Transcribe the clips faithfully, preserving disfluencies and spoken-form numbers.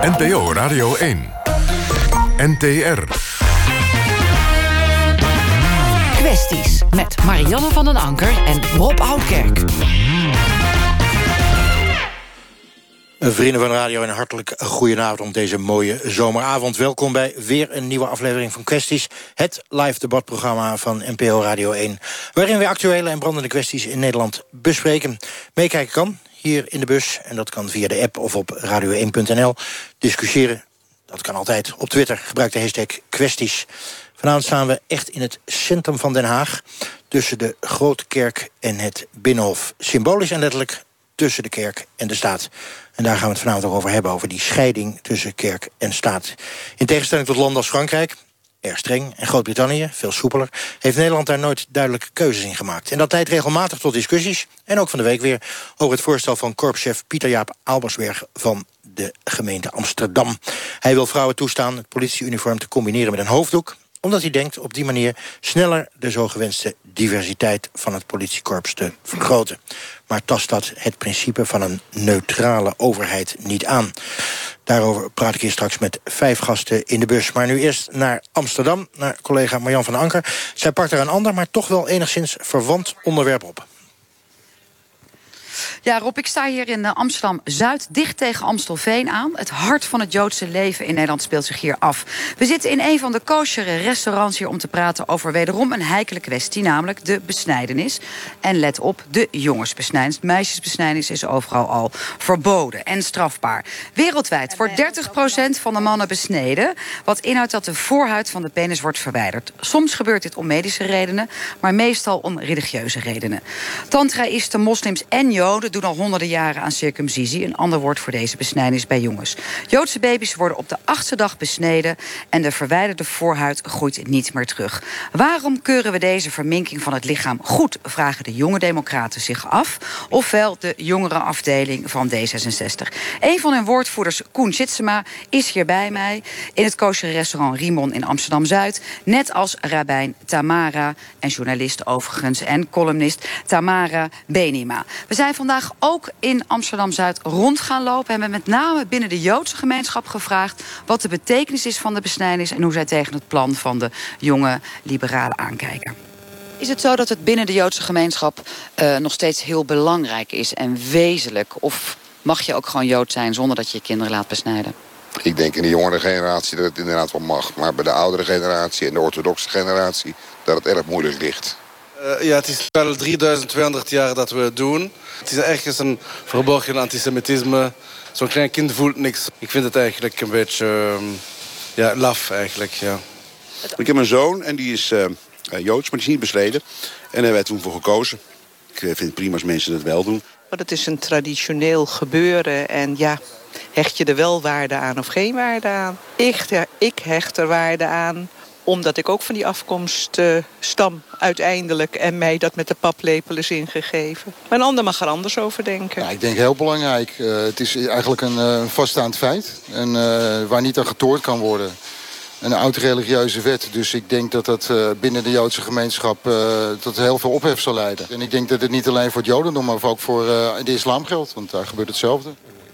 N P O Radio één. N T R. Kwesties met Marianne van den Anker en Rob Oudkerk. Vrienden van de radio, een hartelijk goedenavond op deze mooie zomeravond. Welkom bij weer een nieuwe aflevering van Kwesties. Het live debatprogramma van N P O Radio één. Waarin we actuele en brandende kwesties in Nederland bespreken. Meekijken kan hier in de bus. En dat kan via de app of op radio één punt n l. Discussiëren, dat kan altijd op Twitter. Gebruik de hashtag Kwesties. Vanavond staan we echt in het centrum van Den Haag. Tussen de Grote Kerk en het Binnenhof. Symbolisch en letterlijk tussen de kerk en de staat. En daar gaan we het vanavond ook over hebben, over die scheiding tussen kerk en staat. In tegenstelling tot landen als Frankrijk, erg streng, en Groot-Brittannië, veel soepeler, heeft Nederland daar nooit duidelijke keuzes in gemaakt. En dat leidt regelmatig tot discussies, en ook van de week weer, over het voorstel van korpschef Pieter-Jaap Albersberg van de gemeente Amsterdam. Hij wil vrouwen toestaan het politieuniform te combineren met een hoofddoek, omdat hij denkt op die manier sneller de zo gewenste diversiteit van het politiekorps te vergroten. Maar tast dat het principe van een neutrale overheid niet aan? Daarover praat ik hier straks met vijf gasten in de bus. Maar nu eerst naar Amsterdam, naar collega Marjan van den Anker. Zij pakt er een ander, maar toch wel enigszins verwant onderwerp op. Ja, Rob, ik sta hier in Amsterdam-Zuid, dicht tegen Amstelveen aan. Het hart van het Joodse leven in Nederland speelt zich hier af. We zitten in een van de kosheren restaurants hier om te praten over wederom een heikele kwestie, namelijk de besnijdenis. En let op, de jongensbesnijdenis. Meisjesbesnijdenis is overal al verboden en strafbaar. Wereldwijd wordt dertig procent van de mannen besneden, wat inhoudt dat de voorhuid van de penis wordt verwijderd. Soms gebeurt dit om medische redenen, maar meestal om religieuze redenen. Tantraïsten, moslims en Joden doen al honderden jaren aan circumcisie, een ander woord voor deze besnijdenis bij jongens. Joodse baby's worden op de achtste dag besneden en de verwijderde voorhuid groeit niet meer terug. Waarom keuren we deze verminking van het lichaam goed, vragen de jonge democraten zich af, ofwel de jongere afdeling van D zesenzestig. Een van hun woordvoerders, Koen Tjitsema, is hier bij mij in het kosheren restaurant Rimon in Amsterdam-Zuid, net als rabbijn Tamara en journalist overigens en columnist Tamara Benima. We zijn vandaag ook in Amsterdam-Zuid rond gaan lopen. We hebben met name binnen de Joodse gemeenschap gevraagd wat de betekenis is van de besnijdenis en hoe zij tegen het plan van de jonge liberalen aankijken. Is het zo dat het binnen de Joodse gemeenschap uh, nog steeds heel belangrijk is en wezenlijk? Of mag je ook gewoon Jood zijn zonder dat je je kinderen laat besnijden? Ik denk in de jongere generatie dat het inderdaad wel mag. Maar bij de oudere generatie en de orthodoxe generatie dat het erg moeilijk ligt. Uh, ja, het is wel drieduizend tweehonderd jaar dat we het doen. Het is ergens een verborgen antisemitisme. Zo'n klein kind voelt niks. Ik vind het eigenlijk een beetje uh, ja, laf eigenlijk, ja. Ik heb een zoon en die is uh, Joods, maar die is niet besneden. En daar hebben wij toen voor gekozen. Ik vind het prima als mensen dat wel doen. Het is een traditioneel gebeuren en ja, hecht je er wel waarde aan of geen waarde aan? Ik, ja, ik hecht er waarde aan, omdat ik ook van die afkomst uh, stam uiteindelijk en mij dat met de paplepel is ingegeven. Maar een ander mag er anders over denken. Ja, ik denk heel belangrijk. Uh, het is eigenlijk een uh, vaststaand feit. En uh, waar niet aan getoord kan worden. Een oud-religieuze wet. Dus ik denk dat dat uh, binnen de Joodse gemeenschap uh, tot heel veel ophef zal leiden. En ik denk dat het niet alleen voor het Jodendom, maar ook voor uh, de islam geldt. Want daar gebeurt hetzelfde.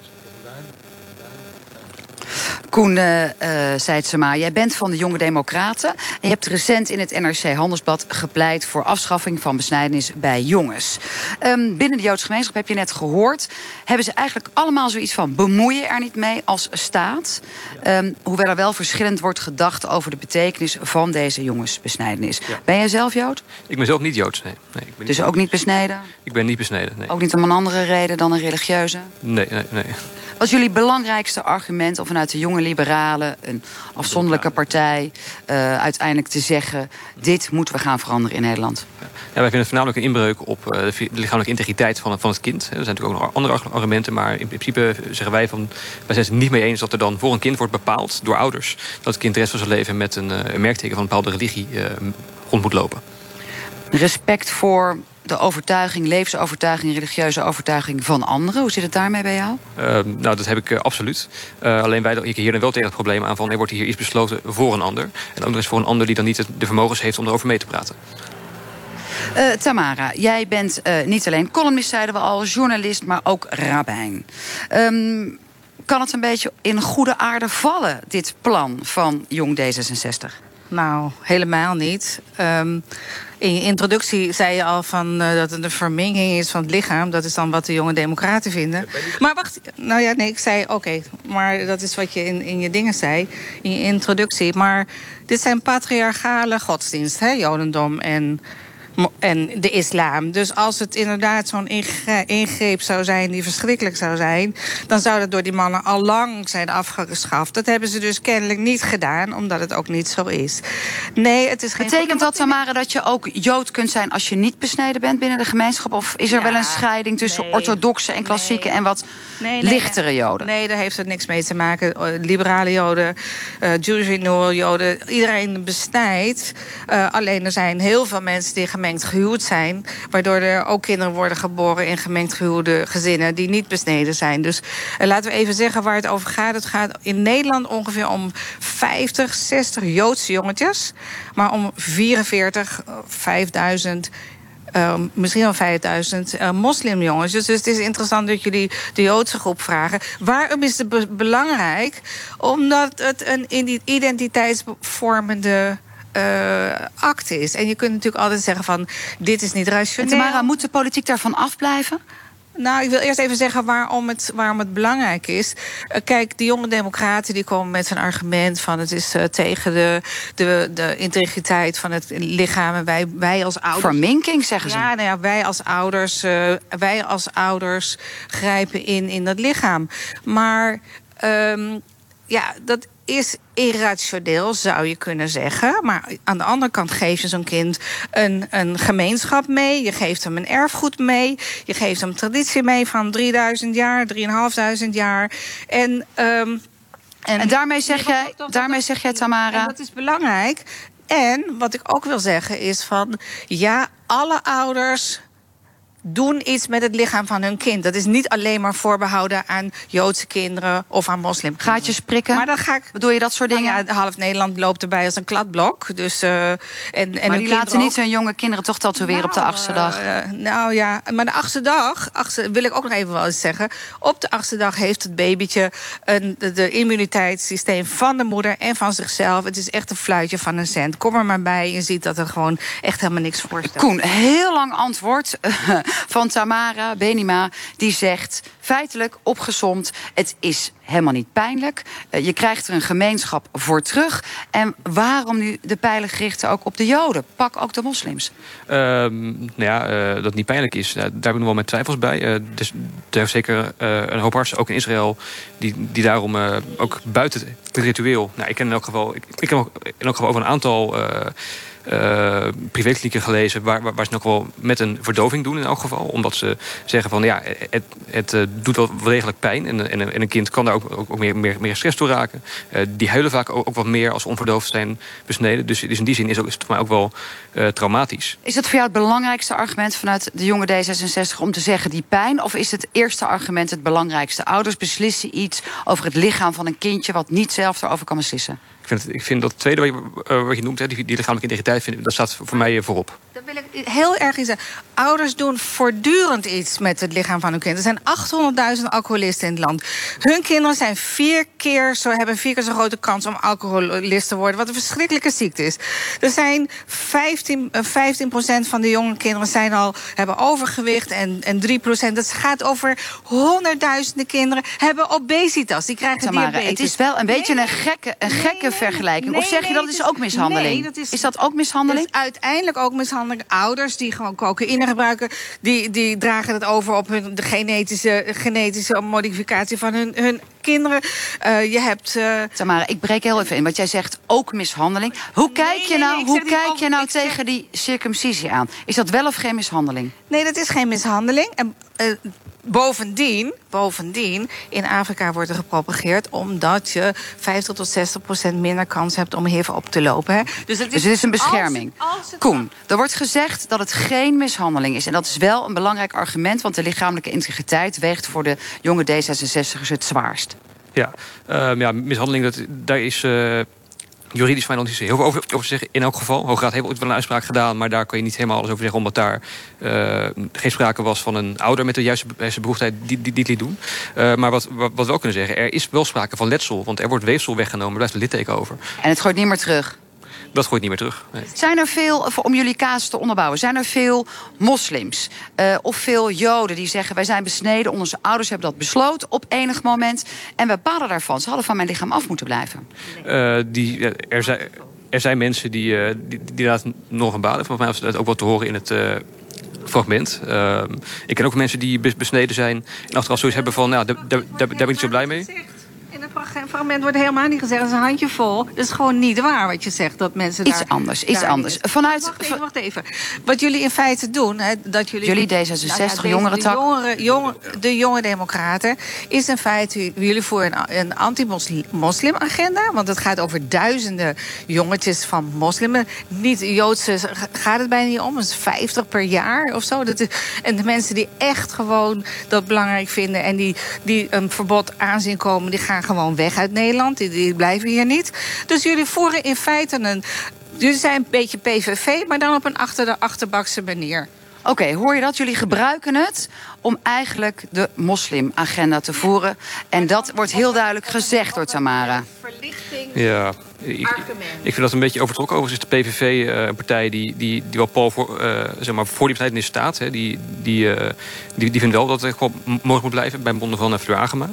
Koen uh, uh, Seidsema, jij bent van de Jonge Democraten. En je hebt recent in het N R C Handelsblad gepleit voor afschaffing van besnijdenis bij jongens. Um, binnen de Joodse gemeenschap, heb je net gehoord, hebben ze eigenlijk allemaal zoiets van bemoeien er niet mee als staat. Um, hoewel er wel verschillend wordt gedacht over de betekenis van deze jongensbesnijdenis. Ja. Ben jij zelf Jood? Ik ben zelf niet Joods, nee. nee ik ben dus niet ook niet besneden? Ik ben niet besneden, nee. Ook niet om een andere reden dan een religieuze? Nee, nee, nee. Wat is jullie belangrijkste argument om vanuit de jonge liberalen, een afzonderlijke partij, uh, uiteindelijk te zeggen, dit moeten we gaan veranderen in Nederland? Ja, wij vinden het voornamelijk een inbreuk op uh, de lichamelijke integriteit van, van het kind. Er zijn natuurlijk ook nog andere argumenten, maar in principe zeggen wij van, wij zijn het niet mee eens dat er dan voor een kind wordt bepaald door ouders dat het kind de rest van zijn leven met een, uh, een merkteken van een bepaalde religie uh, rond moet lopen. Respect voor de overtuiging, levensovertuiging, religieuze overtuiging van anderen. Hoe zit het daarmee bij jou? Uh, nou, dat heb ik uh, absoluut. Uh, alleen wij kijken hier dan wel tegen het probleem aan van er wordt hier iets besloten voor een ander. En ook nog eens voor een ander die dan niet de vermogens heeft om erover mee te praten. Uh, Tamara, jij bent uh, niet alleen columnist, zeiden we al, journalist, maar ook rabbijn. Um, kan het een beetje in goede aarde vallen, dit plan van Jong D zesenzestig? Nou, helemaal niet. Um, in je introductie zei je al van, uh, dat het een vermenging is van het lichaam. Dat is dan wat de jonge democraten vinden. Maar wacht, nou ja, nee, ik zei oké. Okay, maar dat is wat je in, in je dingen zei, in je introductie. Maar dit zijn patriarchale godsdiensten, hè, Jodendom en... en de islam. Dus als het inderdaad zo'n ingreep zou zijn die verschrikkelijk zou zijn, dan zou dat door die mannen al lang zijn afgeschaft. Dat hebben ze dus kennelijk niet gedaan, omdat het ook niet zo is. Nee, het is geen... Betekent dat, Tamara, dat je ook Jood kunt zijn als je niet besneden bent binnen de gemeenschap? Of is er ja, wel een scheiding tussen nee, orthodoxe en klassieke nee, en wat nee, nee, lichtere Joden? Nee, daar heeft het niks mee te maken. Liberale Joden, uh, Jewish renewal Joden, iedereen besnijdt. Uh, alleen er zijn heel veel mensen die gemeenschap gehuwd zijn, waardoor er ook kinderen worden geboren in gemengd gehuwde gezinnen die niet besneden zijn. Dus uh, laten we even zeggen waar het over gaat. Het gaat in Nederland ongeveer om vijftig, zestig Joodse jongetjes, maar om vierenveertig, vijfduizend... Uh, misschien wel vijfduizend uh, moslimjongens. Dus, dus het is interessant dat jullie de Joodse groep vragen. Waarom is het be- belangrijk? Omdat het een identiteitsvormende Uh, acte is. En je kunt natuurlijk altijd zeggen van, dit is niet rationeel. En Tamara, moet de politiek daarvan afblijven? Nou, ik wil eerst even zeggen waarom het, waarom het belangrijk is. Uh, kijk, die jonge democraten die komen met een argument van het is uh, tegen de, de, de integriteit van het lichaam. En wij, wij als ouders... Verminking, zeggen ze. Ja, nou ja, wij als ouders, uh, wij als ouders grijpen in in dat lichaam. Maar um, ja, dat is irrationeel, zou je kunnen zeggen. Maar aan de andere kant geef je zo'n kind een, een gemeenschap mee. Je geeft hem een erfgoed mee. Je geeft hem traditie mee van drieduizend jaar, drieduizendvijfhonderd jaar. En, um, en, en daarmee zeg jij, daarmee zeg jij, Tamara... En dat is belangrijk. En wat ik ook wil zeggen is van, ja, alle ouders doen iets met het lichaam van hun kind. Dat is niet alleen maar voorbehouden aan Joodse kinderen of aan moslimkinderen. Gaatjes prikken? Maar dan ga ik, bedoel je dat soort dingen? Nou ja, half Nederland loopt erbij als een kladblok. Dus, uh, en, en maar die laten ook niet hun jonge kinderen toch tatoeëren nou, op de achtste dag? Uh, nou ja, maar de achtste dag, achtste, wil ik ook nog even wel eens zeggen, op de achtste dag heeft het babytje een, de, de immuniteitssysteem van de moeder en van zichzelf. Het is echt een fluitje van een cent. Kom er maar bij, je ziet dat er gewoon echt helemaal niks voor staat. Koen, heel lang antwoord uh, van Tamara Benima, die zegt feitelijk opgesomd, het is helemaal niet pijnlijk. Uh, je krijgt er een gemeenschap voor terug. En waarom nu de pijlen gerichten ook op de Joden? Pak ook de moslims. Uh, nou ja, uh, dat het niet pijnlijk is, uh, daar heb ik nog wel met twijfels bij. Uh, dus er is zeker uh, een hoop artsen, ook in Israël, die, die daarom uh, ook buiten het ritueel. Nou, ik ken in elk geval, ik, ik ken ook in elk geval over een aantal Uh, Uh, privéklinieken gelezen waar, waar, waar ze nog wel met een verdoving doen in elk geval. Omdat ze zeggen van ja, het, het uh, doet wel degelijk pijn. En, en, en een kind kan daar ook, ook, ook meer, meer, meer stress toe raken. Uh, die huilen vaak ook, ook wat meer als ze onverdoofd zijn besneden. Dus, dus in die zin is, ook, is het voor mij ook wel uh, traumatisch. Is het voor jou het belangrijkste argument vanuit de jonge D zesenzestig om te zeggen die pijn? Of is het eerste argument het belangrijkste? Ouders beslissen iets over het lichaam van een kindje wat niet zelf erover kan beslissen. Ik vind, het, ik vind dat het tweede wat je, uh, wat je noemt, hè, die, die lichamelijke integriteit, vind, dat staat voor mij voorop. Dat wil ik heel erg in zeggen. Ouders doen voortdurend iets met het lichaam van hun kind. Er zijn achthonderdduizend alcoholisten in het land. Hun kinderen zijn vier keer zo, hebben vier keer zo grote kans om alcoholist te worden, wat een verschrikkelijke ziekte is. Er zijn vijftien procent van de jonge kinderen zijn al, hebben overgewicht en, en drie procent. Dat gaat over honderdduizenden kinderen hebben obesitas. Die krijgen Tamara, diabetes. Het is wel een beetje nee, een gekke, een nee, gekke vergelijking. Nee, of zeg je nee, dat is ook mishandeling? Nee, dat is, is dat ook mishandeling? Dat is uiteindelijk ook mishandeling. Ouders die gewoon cocaïne gebruiken, die, die dragen het over op hun de genetische, genetische modificatie van hun, hun kinderen. Uh, je hebt Uh... Tamara, ik breek heel even in. Want jij zegt ook mishandeling. Hoe kijk nee, je nou, nee, nee, hoe kijk ook, je nou zeg... tegen die circumcisie aan? Is dat wel of geen mishandeling? Nee, dat is geen mishandeling. En uh, bovendien, bovendien, in Afrika wordt er gepropageerd omdat je vijftig tot zestig procent minder kans hebt om H I V op te lopen. Hè? Dus, het is, dus het is een bescherming. Als, als het... Koen, er wordt gezegd dat het geen mishandeling is. En dat is wel een belangrijk argument, want de lichamelijke integriteit weegt voor de jonge D zesenzestigers het zwaarst. Ja, uh, ja mishandeling, dat, daar is Uh... Juridisch fijn is er heel veel over, over te zeggen in elk geval. Hoograad heeft ooit wel een uitspraak gedaan, maar daar kan je niet helemaal alles over zeggen, omdat daar uh, geen sprake was van een ouder met de juiste, juiste bevoegdheid die, die, die het liet doen. Uh, maar wat, wat, wat we wel kunnen zeggen, er is wel sprake van letsel, want er wordt weefsel weggenomen, er blijft een litteken over. En het gooit niet meer terug? Dat gooit niet meer terug. Nee. Zijn er veel, om jullie casus te onderbouwen, zijn er veel moslims uh, of veel joden die zeggen, wij zijn besneden, onze ouders hebben dat besloten op enig moment en we balen daarvan, ze hadden van mijn lichaam af moeten blijven? Uh, die, er zijn... Er zijn mensen die, uh, die, die daar nog een baden. Volgens mij was dat ook wel te horen in het uh, fragment. Uh, ik ken ook mensen die besneden zijn en achteraf zoiets hebben van, nou, daar, daar, daar ben ik niet zo blij mee. In het fragment wordt helemaal niet gezegd, dat is een handjevol. Dat is gewoon niet waar wat je zegt, dat mensen iets daar... anders, iets anders. Vanuit... Wacht even, wacht even. Wat jullie in feite doen... Hè, dat jullie, jullie D zesenzestig, nou ja, jongerentak... De, jongere, jonge, de jonge democraten is in feite... Jullie voeren een, een anti-moslim-agenda. Want het gaat over duizenden jongetjes van moslimen. Niet Joodse gaat het bijna niet om. Het is vijftig per jaar of zo. Dat is, en de mensen die echt gewoon dat belangrijk vinden... en die, die een verbod aanzien komen... die gaan gewoon weg uit Nederland. Die, die blijven hier niet. Dus jullie voeren in feite een... Jullie zijn een beetje P V V, maar dan op een achter de achterbakse manier. Oké, okay, hoor je dat? Jullie gebruiken het om eigenlijk de moslimagenda te voeren. En dat wordt heel duidelijk gezegd door Tamara. Ja, ik, ik vind dat een beetje overtrokken. Overigens is de P V V uh, een partij die, die, die wel Paul voor, uh, zeg maar voor die besnijdenis staat. Hè. Die, die, uh, die, die vindt wel dat het gewoon mogelijk moet blijven bij monden van Fedor Agema.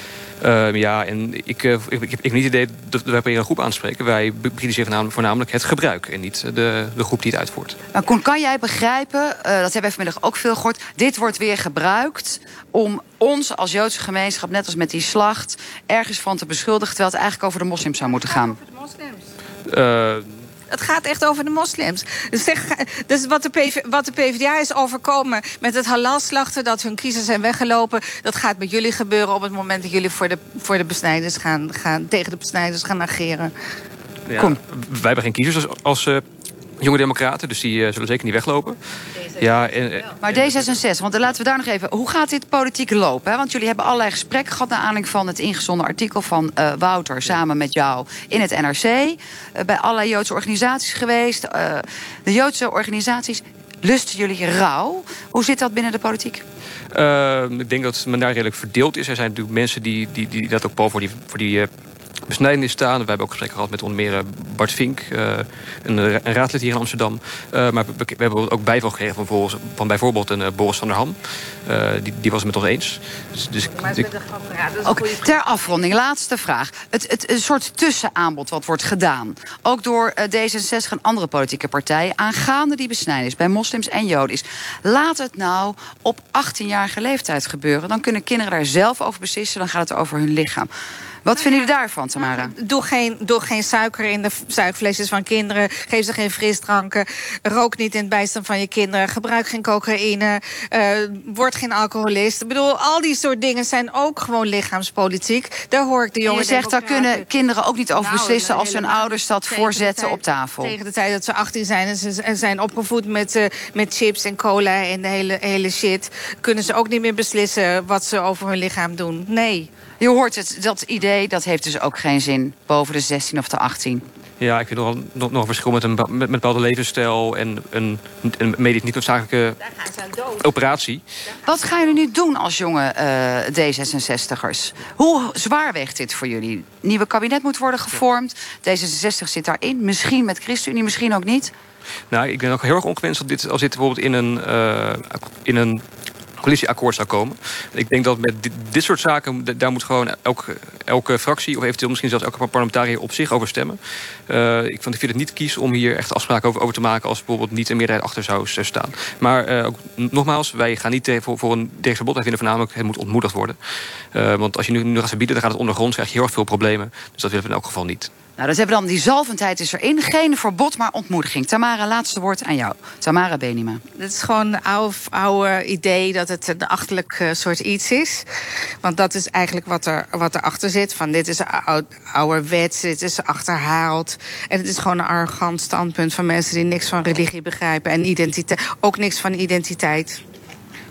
Uh, ja, en ik, uh, ik, ik, ik heb niet het idee dat wij hier een groep aanspreken. Wij bekritiseren voornamelijk het gebruik en niet de, de groep die het uitvoert. Maar Koen, kan jij begrijpen, uh, dat hebben we vanmiddag ook veel gehoord... dit wordt weer gebruikt om ons als Joodse gemeenschap, net als met die slacht... ergens van te beschuldigen, terwijl het eigenlijk over de moslims zou moeten gaan? Over de moslims. Uh, Het gaat echt over de moslims. Dus, zeg, dus wat, de PV, wat de PvdA is overkomen met het halalslachten... dat hun kiezers zijn weggelopen... dat gaat met jullie gebeuren op het moment dat jullie voor de, voor de besnijders gaan, gaan... tegen de besnijders gaan ageren. Ja, Kom. Wij hebben geen kiezers als... als uh... jonge democraten, dus die uh, zullen zeker niet weglopen. Ja, en, uh, maar D zesenzestig, want laten we daar nog even... Hoe gaat dit politiek lopen? Hè? Want jullie hebben allerlei gesprekken gehad... naar aanleiding van het ingezonden artikel van uh, Wouter... samen met jou in het N R C. Uh, bij allerlei Joodse organisaties geweest. Uh, de Joodse organisaties... Lusten jullie rouw? Hoe zit dat binnen de politiek? Uh, ik denk dat men daar redelijk verdeeld is. Er zijn natuurlijk mensen die, die, die dat ook Paul voor die... Voor die uh, besnijdenis staan. We hebben ook gesprekken gehad met onder meer Bart Vink, uh, een, een raadslid hier in Amsterdam. Uh, maar we, we hebben ook bijval gekregen van, volgens, van bijvoorbeeld een uh, Boris van der Ham. Uh, die, die was het met ons eens. Dus, dus maar ik, ik, ja, okay, ter afronding, laatste vraag. Het, het een soort tussenaanbod wat wordt gedaan. Ook door uh, D zesenzestig en andere politieke partijen... aangaande die besnijdenis bij moslims en joden is. Laat het nou op achttienjarige leeftijd gebeuren. Dan kunnen kinderen daar zelf over beslissen. Dan gaat het over hun lichaam. Wat vinden jullie daarvan, Tamara? Doe geen, doe geen suiker in de suikerflesjes van kinderen. Geef ze geen frisdranken. Rook niet in het bijstand van je kinderen. Gebruik geen cocaïne. Uh, word geen alcoholist. Ik bedoel, al die soort dingen zijn ook gewoon lichaamspolitiek. Daar hoor ik de jongens. Je zegt, daar kunnen kinderen ook niet over nou, beslissen... als hun ouders dat voorzetten tijd, op tafel. Tegen de tijd dat ze achttien zijn en ze zijn opgevoed met, uh, met chips en cola... en de hele, hele shit, kunnen ze ook niet meer beslissen... wat ze over hun lichaam doen. Nee. Je hoort het, dat idee, dat heeft dus ook geen zin... boven de zestien of de achttien. Ja, ik vind nog, nog, nog een verschil met een, met, met een bepaalde levensstijl... en een, een medisch niet noodzakelijke operatie. Wat gaan jullie nu doen als jonge uh, D zesenzestigers? Hoe zwaar weegt dit voor jullie? Nieuwe kabinet moet worden gevormd. D zesenzestig zit daarin, misschien met ChristenUnie, misschien ook niet. Nou, ik ben ook heel erg ongewenst dat dit, als dit bijvoorbeeld in een... Uh, in een coalitieakkoord zou komen. Ik denk dat met dit, dit soort zaken... daar moet gewoon elke, elke fractie... of eventueel misschien zelfs elke parlementariër op zich over stemmen. Uh, ik vind het niet kies om hier echt afspraken over, over te maken... als bijvoorbeeld niet een meerderheid achter zou staan. Maar uh, ook, nogmaals, wij gaan niet voor, voor een direct verbod. Wij vinden voornamelijk, het moet ontmoedigd worden. Uh, want als je nu, nu gaat verbieden, dan gaat het ondergronds... krijg je heel erg veel problemen. Dus dat willen we in elk geval niet. Nou, dat hebben we dan. Die zalvendheid is erin. Geen verbod, maar ontmoediging. Tamara, laatste woord aan jou. Tamara Benima. Het is gewoon een oude, oude idee dat het een achterlijk uh, soort iets is. Want dat is eigenlijk wat, er, wat erachter zit. Van dit is oud, ouderwets, dit is achterhaald. En het is gewoon een arrogant standpunt van mensen... die niks van religie begrijpen en identiteit, ook niks van identiteit.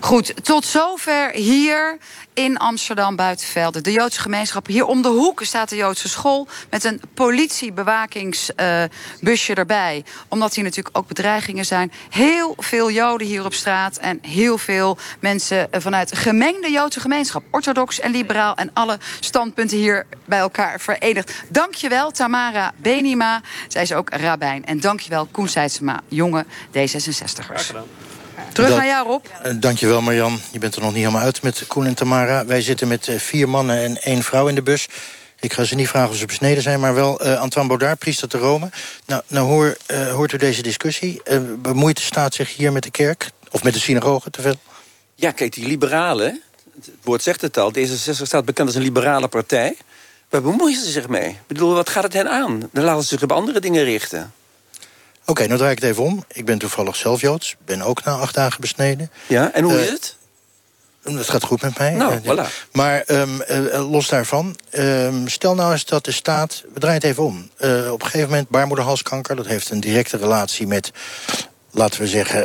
Goed, tot zover hier in Amsterdam Buitenvelden. De Joodse gemeenschap. Hier om de hoek staat de Joodse school met een politiebewakingsbusje uh, erbij. Omdat hier natuurlijk ook bedreigingen zijn. Heel veel Joden hier op straat en heel veel mensen vanuit de gemengde Joodse gemeenschap. Orthodox en liberaal en alle standpunten hier bij elkaar verenigd. Dankjewel Tamara Benima. Zij is ook rabbijn. En dankjewel Koen Seidsema, jonge D zesenzestigers. Terug Dat, naar jou, Rob. Uh, dankjewel, Marjan. Je bent er nog niet helemaal uit met Koen en Tamara. Wij zitten met uh, vier mannen en één vrouw in de bus. Ik ga ze niet vragen of ze besneden zijn, maar wel uh, Antoine Baudard, priester te Rome. Nou, nou hoor, uh, hoort u deze discussie? Uh, bemoeit de staat zich hier met de kerk? Of met de synagoge te veel? Ja, kijk, die liberalen, het woord zegt het al, D zesenzestig staat bekend als een liberale partij. Waar bemoeien ze zich mee? Ik bedoel, wat gaat het hen aan? Dan laten ze zich op andere dingen richten. Oké, okay, nou draai ik het even om. Ik ben toevallig zelf Joods. Ben ook na acht dagen besneden. Ja, en hoe uh, is het? Het gaat goed met mij. Nou, uh, ja. voilà. Maar um, uh, los daarvan, um, stel nou eens dat de staat... We draaien het even om. Uh, op een gegeven moment, baarmoederhalskanker... dat heeft een directe relatie met, laten we zeggen...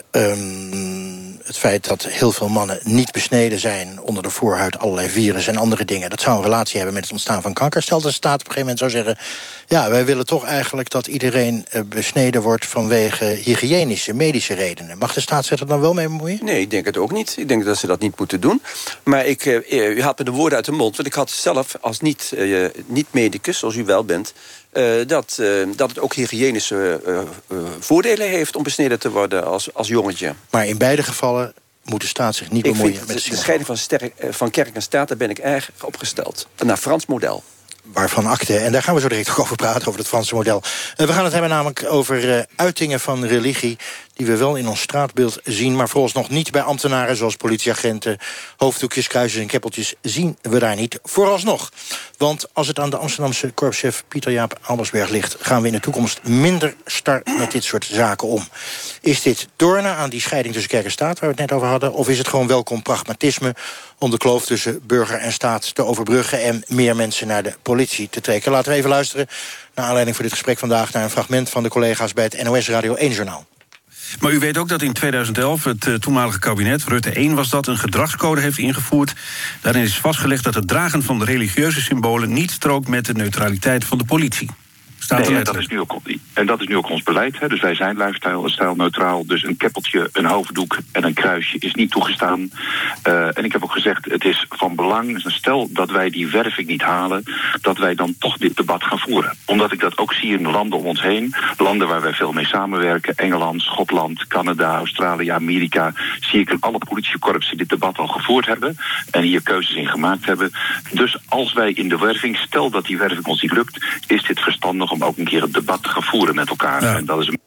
Um, het feit dat heel veel mannen niet besneden zijn... onder de voorhuid allerlei virussen en andere dingen. Dat zou een relatie hebben met het ontstaan van kanker. Stel dat de staat op een gegeven moment zou zeggen... ja, wij willen toch eigenlijk dat iedereen besneden wordt... vanwege hygiënische, medische redenen. Mag de staat zich er dan wel mee bemoeien? Nee, ik denk het ook niet. Ik denk dat ze dat niet moeten doen. Maar ik, uh, u haalt me de woorden uit de mond. Want ik had zelf als niet-medicus, uh, niet medicus, zoals u wel bent... Uh, dat, uh, dat het ook hygiënische uh, uh, voordelen heeft om besneden te worden als, als jongetje. Maar in beide gevallen moet de staat zich niet ik bemoeien vind met de, de scheiding van, sterk, van kerk en staat, daar ben ik erg opgesteld. Naar Frans model. Waarvan akte. En daar gaan we zo direct ook over praten, over het Franse model. Uh, we gaan het hebben namelijk over uh, uitingen van religie... die we wel in ons straatbeeld zien... maar vooralsnog niet bij ambtenaren zoals politieagenten... hoofddoekjes, kruisjes en keppeltjes zien we daar niet. Vooralsnog. Want als het aan de Amsterdamse korpschef Pieter-Jaap Albersberg ligt... gaan we in de toekomst minder start met dit soort zaken om. Is dit tornen aan die scheiding tussen kerk en staat... waar we het net over hadden... of is het gewoon welkom pragmatisme... om de kloof tussen burger en staat te overbruggen... en meer mensen naar de politie te trekken? Laten we even luisteren, naar aanleiding voor dit gesprek vandaag... naar een fragment van de collega's bij het N O S Radio één-journaal. Maar u weet ook dat in tweeduizend elf het uh, toenmalige kabinet, Rutte één was dat, een gedragscode heeft ingevoerd. Daarin is vastgelegd dat het dragen van de religieuze symbolen niet strookt met de neutraliteit van de politie. Nee, en, dat is nu ook, en dat is nu ook ons beleid. Hè. Dus wij zijn lifestyle stijlneutraal. Dus een keppeltje, een hoofddoek en een kruisje is niet toegestaan. Uh, en ik heb ook gezegd, het is van belang... stel dat wij die werving niet halen... dat wij dan toch dit debat gaan voeren. Omdat ik dat ook zie in de landen om ons heen. Landen waar wij veel mee samenwerken. Engeland, Schotland, Canada, Australië, Amerika. Zie ik in alle politiekorpsen dit debat al gevoerd hebben. En hier keuzes in gemaakt hebben. Dus als wij in de werving... stel dat die werving ons niet lukt... is dit verstandig om ook een keer het debat te gaan voeren met elkaar. Ja. En dat is een...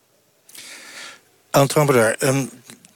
Antoine Baudard, um,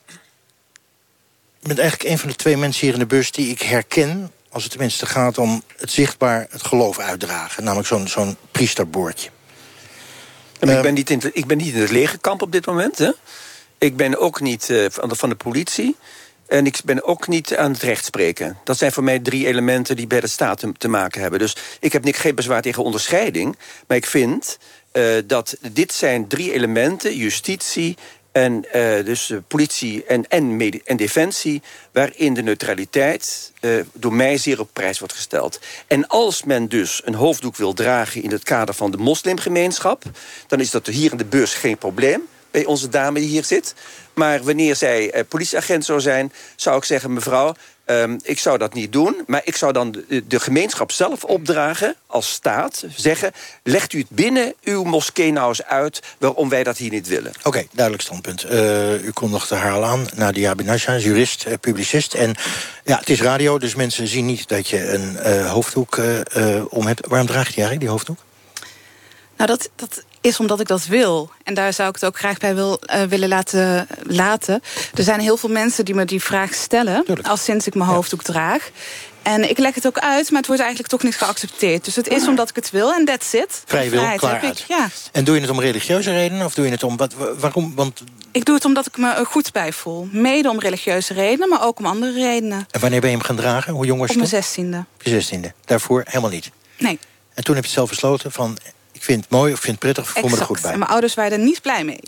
je bent eigenlijk een van de twee mensen hier in de bus die ik herken, als het tenminste gaat om het zichtbaar het geloof uitdragen. Namelijk zo'n zo'n priesterboordje. Um, ik, ben niet in het, ik ben niet in het legerkamp op dit moment. Hè? Ik ben ook niet uh, van, de, van de politie. En ik ben ook niet aan het recht spreken. Dat zijn voor mij drie elementen die bij de staat te, te maken hebben. Dus ik heb niks, geen bezwaar tegen onderscheiding. Maar ik vind uh, dat dit zijn drie elementen, justitie en uh, dus uh, politie en, en, medi- en defensie, waarin de neutraliteit uh, door mij zeer op prijs wordt gesteld. En als men dus een hoofddoek wil dragen in het kader van de moslimgemeenschap, dan is dat hier in de bus geen probleem bij onze dame die hier zit. Maar wanneer zij uh, politieagent zou zijn, zou ik zeggen, mevrouw, um, ik zou dat niet doen. Maar ik zou dan de, de gemeenschap zelf opdragen, als staat, zeggen, legt u het binnen uw moskee nou eens uit waarom wij dat hier niet willen. Oké, okay, duidelijk standpunt. Uh, u kondigde haar al aan, Nadia Benasha, jurist, uh, publicist. En ja, het is radio, dus mensen zien niet dat je een uh, hoofddoek uh, uh, om hebt. Waarom draag je die eigenlijk, die hoofddoek? Nou, dat, dat is omdat ik dat wil. En daar zou ik het ook graag bij wil, uh, willen laten, laten. Er zijn heel veel mensen die me die vraag stellen, Tuurlijk. Al sinds ik mijn hoofddoek ja. draag. En ik leg het ook uit, maar het wordt eigenlijk toch niet geaccepteerd. Dus het is omdat ik het wil en that's it. Vrij wil, klaar uit. Ik, ja. En doe je het om religieuze redenen of doe je het om... Wat, waarom? Want... Ik doe het omdat ik me er goed bij voel. Mede om religieuze redenen, maar ook om andere redenen. En wanneer ben je hem gaan dragen? Hoe jong was je? Op mijn zestiende. Op je zestiende. Daarvoor helemaal niet? Nee. En toen heb je het zelf besloten van... ik vind het mooi of ik vind het prettig of ik voel me er goed bij. En mijn ouders waren er niet blij mee.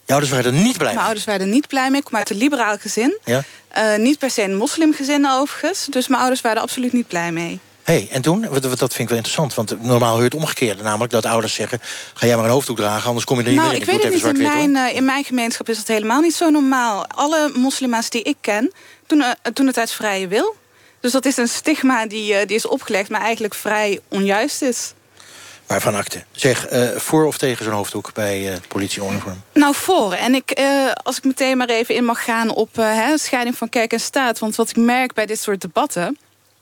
Je ouders waren er niet blij mee? Mijn ouders waren er niet blij mee. Ik kom uit een liberaal gezin. Ja? Uh, niet per se een moslimgezin overigens. Dus mijn ouders waren er absoluut niet blij mee. Hé, hey, en toen? Dat vind ik wel interessant. Want normaal hoor je het omgekeerde. Namelijk dat ouders zeggen, ga jij maar een hoofddoek dragen, anders kom je er niet nou, meer in. Ik, ik weet het niet. In mijn, uh, in mijn gemeenschap is dat helemaal niet zo normaal. Alle moslima's die ik ken, doen, uh, doen het uit vrije wil. Dus dat is een stigma die, uh, die is opgelegd, maar eigenlijk vrij onjuist is. Maar van akte. Zeg, uh, voor of tegen zo'n hoofddoek bij uh, politie-uniform? Nou, voor. En ik, uh, als ik meteen maar even in mag gaan op uh, hè, scheiding van kerk en staat. Want wat ik merk bij dit soort debatten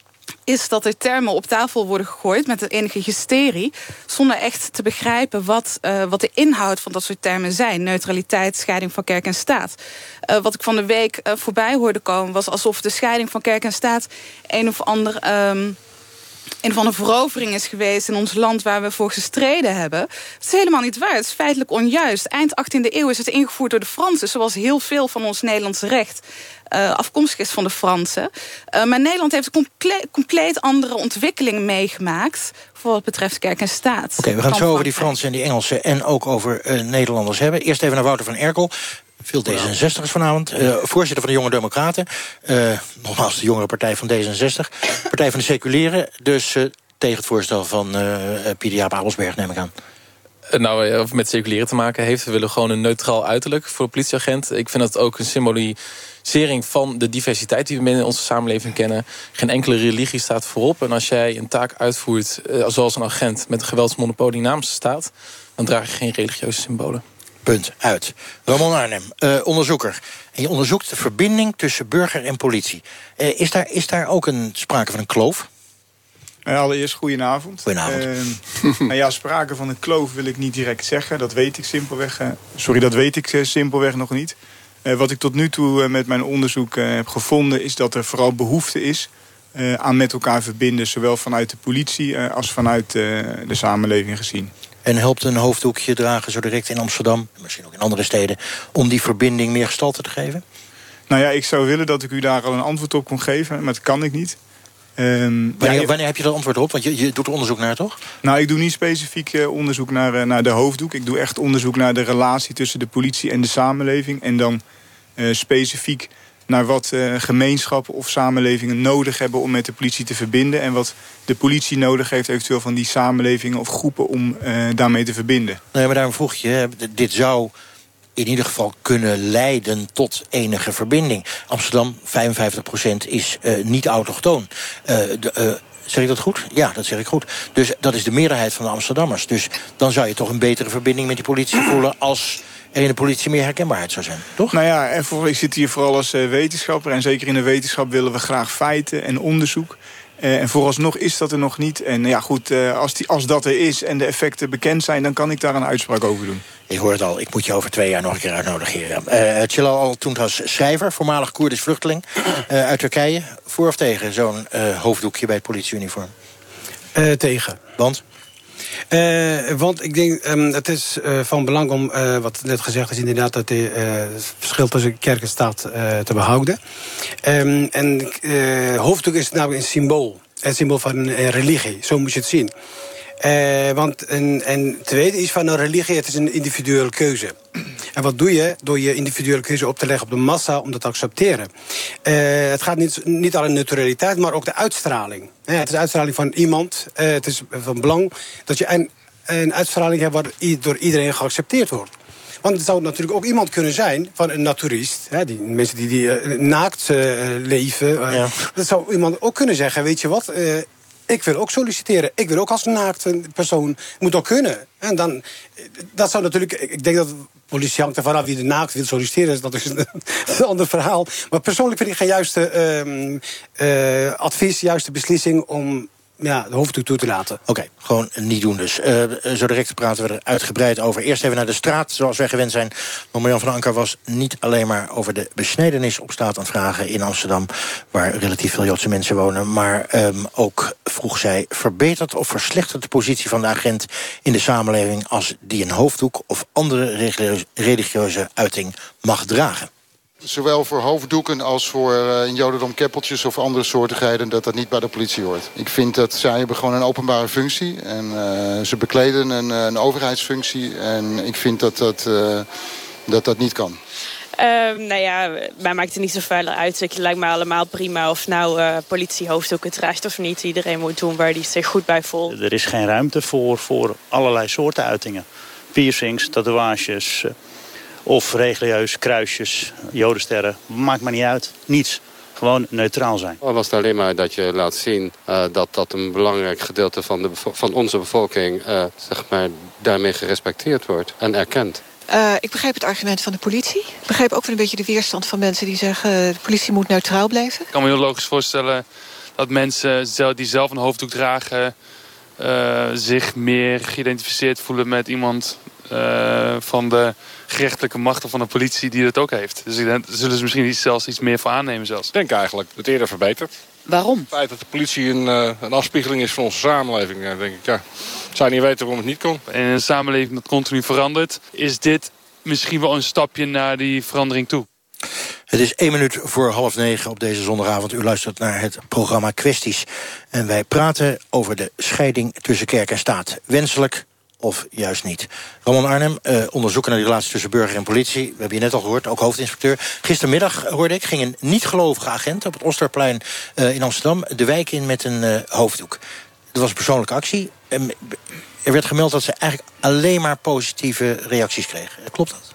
is dat er termen op tafel worden gegooid met de enige hysterie, zonder echt te begrijpen wat, uh, wat de inhoud van dat soort termen zijn. Neutraliteit, scheiding van kerk en staat. Uh, wat ik van de week uh, voorbij hoorde komen was alsof de scheiding van kerk en staat een of ander Um, een van de verovering is geweest in ons land waar we voor gestreden hebben. Dat is helemaal niet waar. Het is feitelijk onjuist. Eind achttiende eeuw is het ingevoerd door de Fransen, zoals heel veel van ons Nederlandse recht uh, afkomstig is van de Fransen. Uh, maar Nederland heeft een comple- compleet andere ontwikkeling meegemaakt voor wat betreft kerk en staat. Oké, okay, we gaan het zo over die Fransen en die Engelsen en ook over uh, Nederlanders hebben. Eerst even naar Wouter van Erkel. Veel D zesenzestigers vanavond. Uh, voorzitter van de Jonge Democraten. Uh, nogmaals de jongere partij van D zesenzestig. Partij van de Seculieren. Dus uh, tegen het voorstel van uh, Pieter Jaap Abelsberg, neem ik aan. Nou, of met seculieren te maken heeft. We willen gewoon een neutraal uiterlijk voor de politieagent. Ik vind dat ook een symbolisering van de diversiteit die we binnen onze samenleving kennen. Geen enkele religie staat voorop. En als jij een taak uitvoert, uh, zoals een agent met een geweldsmonopolie namens de staat, dan draag je geen religieuze symbolen. Punt, uit. Ramon Arnhem, uh, onderzoeker. En je onderzoekt de verbinding tussen burger en politie. Uh, is, daar, is daar ook een sprake van een kloof? Uh, allereerst, goedenavond. Goedenavond. Uh, nou ja, sprake van een kloof wil ik niet direct zeggen. Dat weet ik simpelweg. Uh, sorry, dat weet ik uh, simpelweg nog niet. Uh, wat ik tot nu toe uh, met mijn onderzoek uh, heb gevonden, is dat er vooral behoefte is uh, aan met elkaar verbinden, zowel vanuit de politie uh, als vanuit uh, de samenleving gezien. En helpt een hoofddoekje dragen zo direct in Amsterdam, misschien ook in andere steden, om die verbinding meer gestalte te geven? Nou ja, ik zou willen dat ik u daar al een antwoord op kon geven, maar dat kan ik niet. Um, wanneer, ja, wanneer heb je dat antwoord op? Want je, je doet er onderzoek naar, toch? Nou, ik doe niet specifiek uh, onderzoek naar, uh, naar de hoofddoek. Ik doe echt onderzoek naar de relatie tussen de politie en de samenleving. En dan uh, specifiek naar wat uh, gemeenschappen of samenlevingen nodig hebben om met de politie te verbinden. En wat de politie nodig heeft eventueel van die samenlevingen of groepen om uh, daarmee te verbinden. Nee, maar daarom vroeg je, dit zou in ieder geval kunnen leiden tot enige verbinding. Amsterdam, vijfenvijftig procent is uh, niet autochtoon. Uh, de, uh, zeg ik dat goed? Ja, dat zeg ik goed. Dus dat is de meerderheid van de Amsterdammers. Dus dan zou je toch een betere verbinding met die politie voelen als er in de politie meer herkenbaarheid zou zijn, toch? Nou ja, en voor, ik zit hier vooral als uh, wetenschapper. En zeker in de wetenschap willen we graag feiten en onderzoek. Uh, en vooralsnog is dat er nog niet. En ja, goed, uh, als, die, als dat er is en de effecten bekend zijn, dan kan ik daar een uitspraak over doen. Ik hoor het al, ik moet je over twee jaar nog een keer uitnodigen. Uh, Celal Altuntas, schrijver, voormalig Koerdisch vluchteling uh, uit Turkije. Voor of tegen zo'n uh, hoofddoekje bij het politieuniform? Uh, tegen. Want? Uh, want ik denk, um, het is uh, van belang om, uh, wat net gezegd is inderdaad, dat het uh, verschil tussen kerk en staat uh, te behouden. Um, en uh, hoofddoek is namelijk een symbool. Een symbool van een religie, zo moet je het zien. Uh, want en, en tweede is van een religie, het is een individuele keuze. En wat doe je door je individuele keuze op te leggen op de massa om dat te accepteren? Uh, het gaat niet, niet alleen neutraliteit, maar ook de uitstraling. Uh, het is de uitstraling van iemand. Uh, het is van belang dat je een, een uitstraling hebt waar door iedereen geaccepteerd wordt. Want het zou natuurlijk ook iemand kunnen zijn van een naturist. Hè, die mensen die, die uh, naakt uh, leven. Uh, ja. Dat zou iemand ook kunnen zeggen, weet je wat, Uh, ik wil ook solliciteren. Ik wil ook als naakte persoon. Moet ook kunnen. En dan, dat zou natuurlijk, ik denk dat de politie hangt ervan af wie de naakt wil solliciteren. Dat is een, een ander verhaal. Maar persoonlijk vind ik geen juiste uh, uh, advies, juiste beslissing om ja, de hoofddoek toe te laten. Oké, okay, gewoon niet doen dus. Uh, zo direct praten we er uitgebreid over. Eerst even naar de straat, zoals wij gewend zijn. Maar Marjan van Anker was niet alleen maar over de besnedenis op straat aan het vragen in Amsterdam, waar relatief veel Joodse mensen wonen. Maar um, ook vroeg zij, verbetert of verslechtert de positie van de agent in de samenleving als die een hoofddoek of andere religieuze uiting mag dragen? Zowel voor hoofddoeken als voor uh, in jodendom keppeltjes of andere soortigheden, dat dat niet bij de politie hoort. Ik vind dat zij hebben gewoon een openbare functie en uh, ze bekleden een, een overheidsfunctie. En ik vind dat dat uh, dat dat niet kan? Uh, nou ja, mij maakt het niet zo verder uit. Het lijkt mij allemaal prima of nou uh, politiehoofddoek het draagt of niet. Iedereen moet doen waar hij zich goed bij voelt. Er is geen ruimte voor, voor allerlei soorten uitingen. Piercings, tatoeages uh, of religieus, kruisjes, jodensterren. Maakt maar niet uit. Niets. Gewoon neutraal zijn. Al was het alleen maar dat je laat zien uh, dat, dat een belangrijk gedeelte van, de, van onze bevolking uh, zeg maar, daarmee gerespecteerd wordt en erkend. Uh, ik begrijp het argument van de politie. Ik begrijp ook wel een beetje de weerstand van mensen die zeggen... de politie moet neutraal blijven. Ik kan me heel logisch voorstellen dat mensen die zelf een hoofddoek dragen... Uh, zich meer geïdentificeerd voelen met iemand uh, van de gerechtelijke macht of van de politie die dat ook heeft. Dus daar zullen ze misschien iets, zelfs iets meer voor aannemen zelfs. Ik denk eigenlijk dat het eerder verbetert. Waarom? Het feit dat de politie een, uh, een afspiegeling is van onze samenleving, uh, denk ik, ja. Ik zou niet weten waarom het niet kon. In een samenleving dat continu verandert, is dit misschien wel een stapje naar die verandering toe. Het is één minuut voor half negen op deze zondagavond. U luistert naar het programma Kwesties. En wij praten over de scheiding tussen kerk en staat. Wenselijk of juist niet. Ramon Arnhem, eh, onderzoeker naar de relatie tussen burger en politie. We hebben je net al gehoord, ook hoofdinspecteur. Gistermiddag, hoorde ik, ging een niet-gelovige agent op het Osterplein uh, in Amsterdam de wijk in met een uh, hoofddoek. Dat was een persoonlijke actie. Um, er werd gemeld dat ze eigenlijk alleen maar positieve reacties kregen. Klopt dat?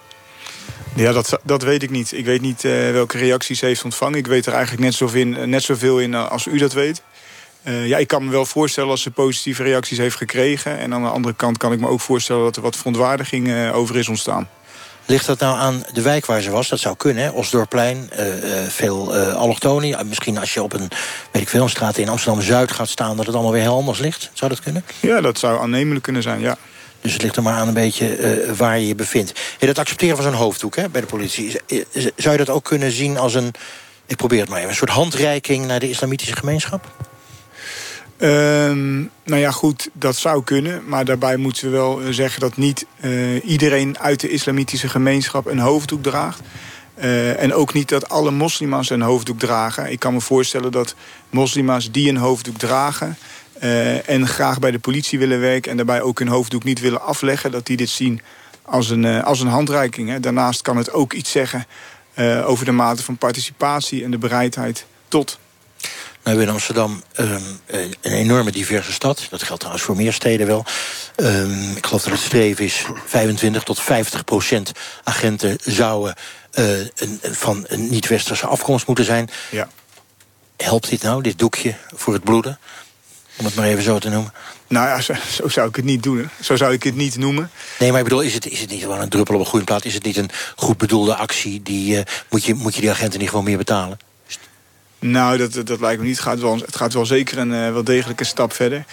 Ja, dat, dat weet ik niet. Ik weet niet uh, welke reacties ze heeft ontvangen. Ik weet er eigenlijk net zoveel in, net zoveel in uh, als u dat weet. Uh, ja, ik kan me wel voorstellen als ze positieve reacties heeft gekregen. En aan de andere kant kan ik me ook voorstellen dat er wat verontwaardiging uh, over is ontstaan. Ligt dat nou aan de wijk waar ze was? Dat zou kunnen, hè? Osdorpplein, uh, uh, veel uh, allochtonen. Uh, misschien als je op een, weet ik veel, een straat in Amsterdam-Zuid gaat staan... dat het allemaal weer heel anders ligt. Zou dat kunnen? Ja, dat zou aannemelijk kunnen zijn, ja. Dus het ligt er maar aan een beetje uh, waar je je bevindt. Ja, dat accepteren van zo'n hoofddoek hè, bij de politie... zou je dat ook kunnen zien als een... ik probeer het maar even, een soort handreiking naar de islamitische gemeenschap? Um, nou ja, goed, dat zou kunnen. Maar daarbij moeten we wel zeggen dat niet uh, iedereen uit de islamitische gemeenschap een hoofddoek draagt. Uh, en ook niet dat alle moslima's een hoofddoek dragen. Ik kan me voorstellen dat moslima's die een hoofddoek dragen... Uh, en graag bij de politie willen werken... en daarbij ook hun hoofddoek niet willen afleggen... dat die dit zien als een, uh, als een handreiking. Hè. Daarnaast kan het ook iets zeggen uh, over de mate van participatie... en de bereidheid tot. Nou, we hebben in Amsterdam um, een enorme diverse stad. Dat geldt trouwens voor meer steden wel. Um, ik geloof dat het streven is vijfentwintig tot vijftig procent agenten zouden uh, een, van een niet-westerse afkomst moeten zijn. Ja. Helpt dit nou, dit doekje, voor het bloeden? Om het maar even zo te noemen. Nou ja, zo, zo zou ik het niet doen. Hè. Zo zou ik het niet noemen. Nee, maar ik bedoel, is het, is het niet gewoon een druppel op een goede plaat? Is het niet een goed bedoelde actie? Die, uh, moet, je, moet je die agenten niet gewoon meer betalen? Nou, dat, dat, dat lijkt me niet. Het gaat wel, het gaat wel zeker een uh, wel degelijke stap verder.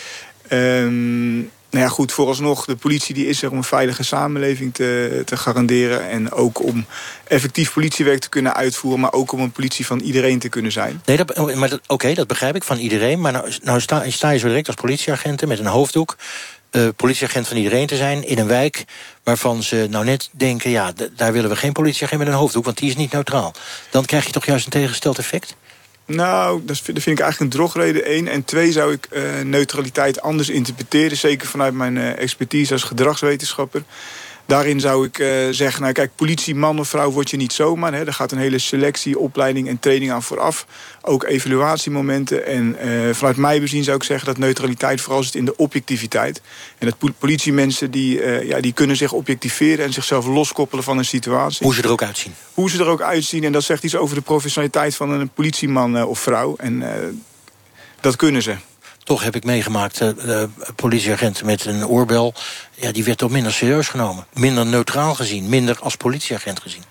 Um, nou ja, goed, vooralsnog, de politie die is er om een veilige samenleving te, te garanderen. En ook om effectief politiewerk te kunnen uitvoeren... maar ook om een politie van iedereen te kunnen zijn. Nee, dat, maar oké, okay, dat begrijp ik, van iedereen. Maar nou, nou sta, sta je zo direct als politieagenten met een hoofddoek... Uh, politieagent van iedereen te zijn in een wijk... waarvan ze nou net denken... ja, d- daar willen we geen politieagent met een hoofddoek... want die is niet neutraal. Dan krijg je toch juist een tegengesteld effect? Nou, dat vind ik eigenlijk een drogreden, één. En twee, zou ik uh, neutraliteit anders interpreteren. Zeker vanuit mijn uh, expertise als gedragswetenschapper. Daarin zou ik uh, zeggen, nou kijk, politie, man of vrouw word je niet zomaar. Hè. Er gaat een hele selectie, opleiding en training aan vooraf. Ook evaluatiemomenten. En uh, vanuit mij bezien zou ik zeggen dat neutraliteit vooral zit in de objectiviteit. En dat po- politiemensen die, uh, ja, die kunnen zich objectiveren en zichzelf loskoppelen van een situatie. Hoe ze er ook uitzien. Hoe ze er ook uitzien. En dat zegt iets over de professionaliteit van een politieman uh, of vrouw. En uh, dat kunnen ze. Toch heb ik meegemaakt, uh, uh, politieagent met een oorbel... ja, die werd toch minder serieus genomen. Minder neutraal gezien, minder als politieagent gezien.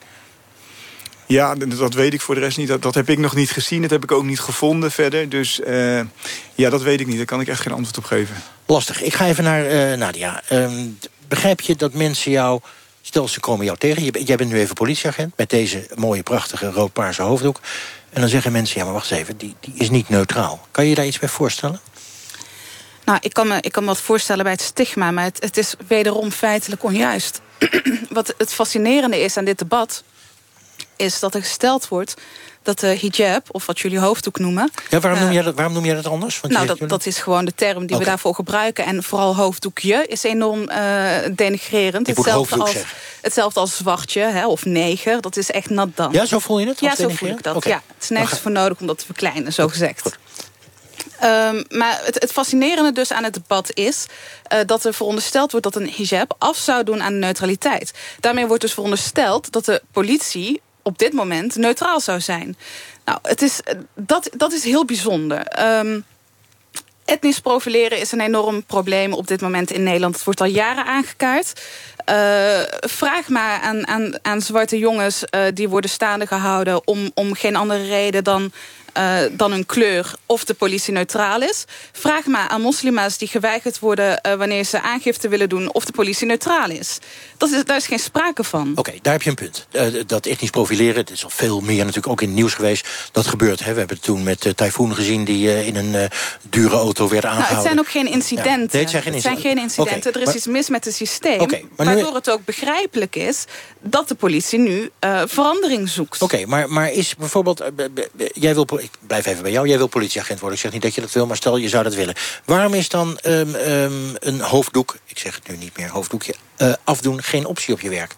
Ja, dat weet ik voor de rest niet. Dat, dat heb ik nog niet gezien, dat heb ik ook niet gevonden verder. Dus uh, ja, dat weet ik niet. Daar kan ik echt geen antwoord op geven. Lastig. Ik ga even naar uh, Nadia. Um, begrijp je dat mensen jou... Stel, ze komen jou tegen. Je, jij bent nu even politieagent met deze mooie, prachtige rood-paarse hoofddoek. En dan zeggen mensen, ja, maar wacht eens even, die, die is niet neutraal. Kan je je daar iets bij voorstellen? Nou, ik kan me, ik kan me wat voorstellen bij het stigma... maar het, het is wederom feitelijk onjuist. Wat het fascinerende is aan dit debat... is dat er gesteld wordt dat de hijab, of wat jullie hoofddoek noemen... Ja, waarom, uh, noem, jij dat, waarom noem jij dat anders? Want nou, dat, dat is gewoon de term die okay. we daarvoor gebruiken. En vooral hoofddoekje is enorm uh, denigrerend. Ik moet hoofddoek als, zeggen. Hetzelfde als zwartje, hè, of neger. Dat is echt nat dan. Ja, zo voel je het? Ja, zo voel ik dat. Okay. Ja, het is nergens voor nodig om dat te verkleinen, zo gezegd. Um, maar het, het fascinerende dus aan het debat is uh, dat er verondersteld wordt dat een hijab af zou doen aan de neutraliteit. Daarmee wordt dus verondersteld dat de politie op dit moment neutraal zou zijn. Nou, het is, dat, dat is heel bijzonder. Um, etnisch profileren is een enorm probleem op dit moment in Nederland. Het wordt al jaren aangekaart. Uh, vraag maar aan, aan, aan zwarte jongens uh, die worden staande gehouden om, om geen andere reden dan Uh, dan hun kleur of de politie neutraal is. Vraag maar aan moslima's die geweigerd worden uh, wanneer ze aangifte willen doen of de politie neutraal is. Dat is daar is geen sprake van. Oké, okay, daar heb je een punt. Uh, dat etnisch profileren, het is al veel meer natuurlijk ook in het nieuws geweest. Dat gebeurt. Hè. We hebben het toen met uh, Typhoon gezien die uh, in een uh, dure auto werd aangehouden. Nou, het zijn ook geen incidenten. Ja, nee, het zijn geen incidenten. Het zijn geen incidenten. Okay, er is maar, iets mis met het systeem. Okay, waardoor nu... het ook begrijpelijk is dat de politie nu uh, verandering zoekt. Oké, okay, maar, maar is bijvoorbeeld... Uh, jij wil... Ik blijf even bij jou. Jij wil politieagent worden. Ik zeg niet dat je dat wil, maar stel je zou dat willen. Waarom is dan um, um, een hoofddoek, ik zeg het nu niet meer, hoofddoekje, uh, afdoen geen optie op je werk?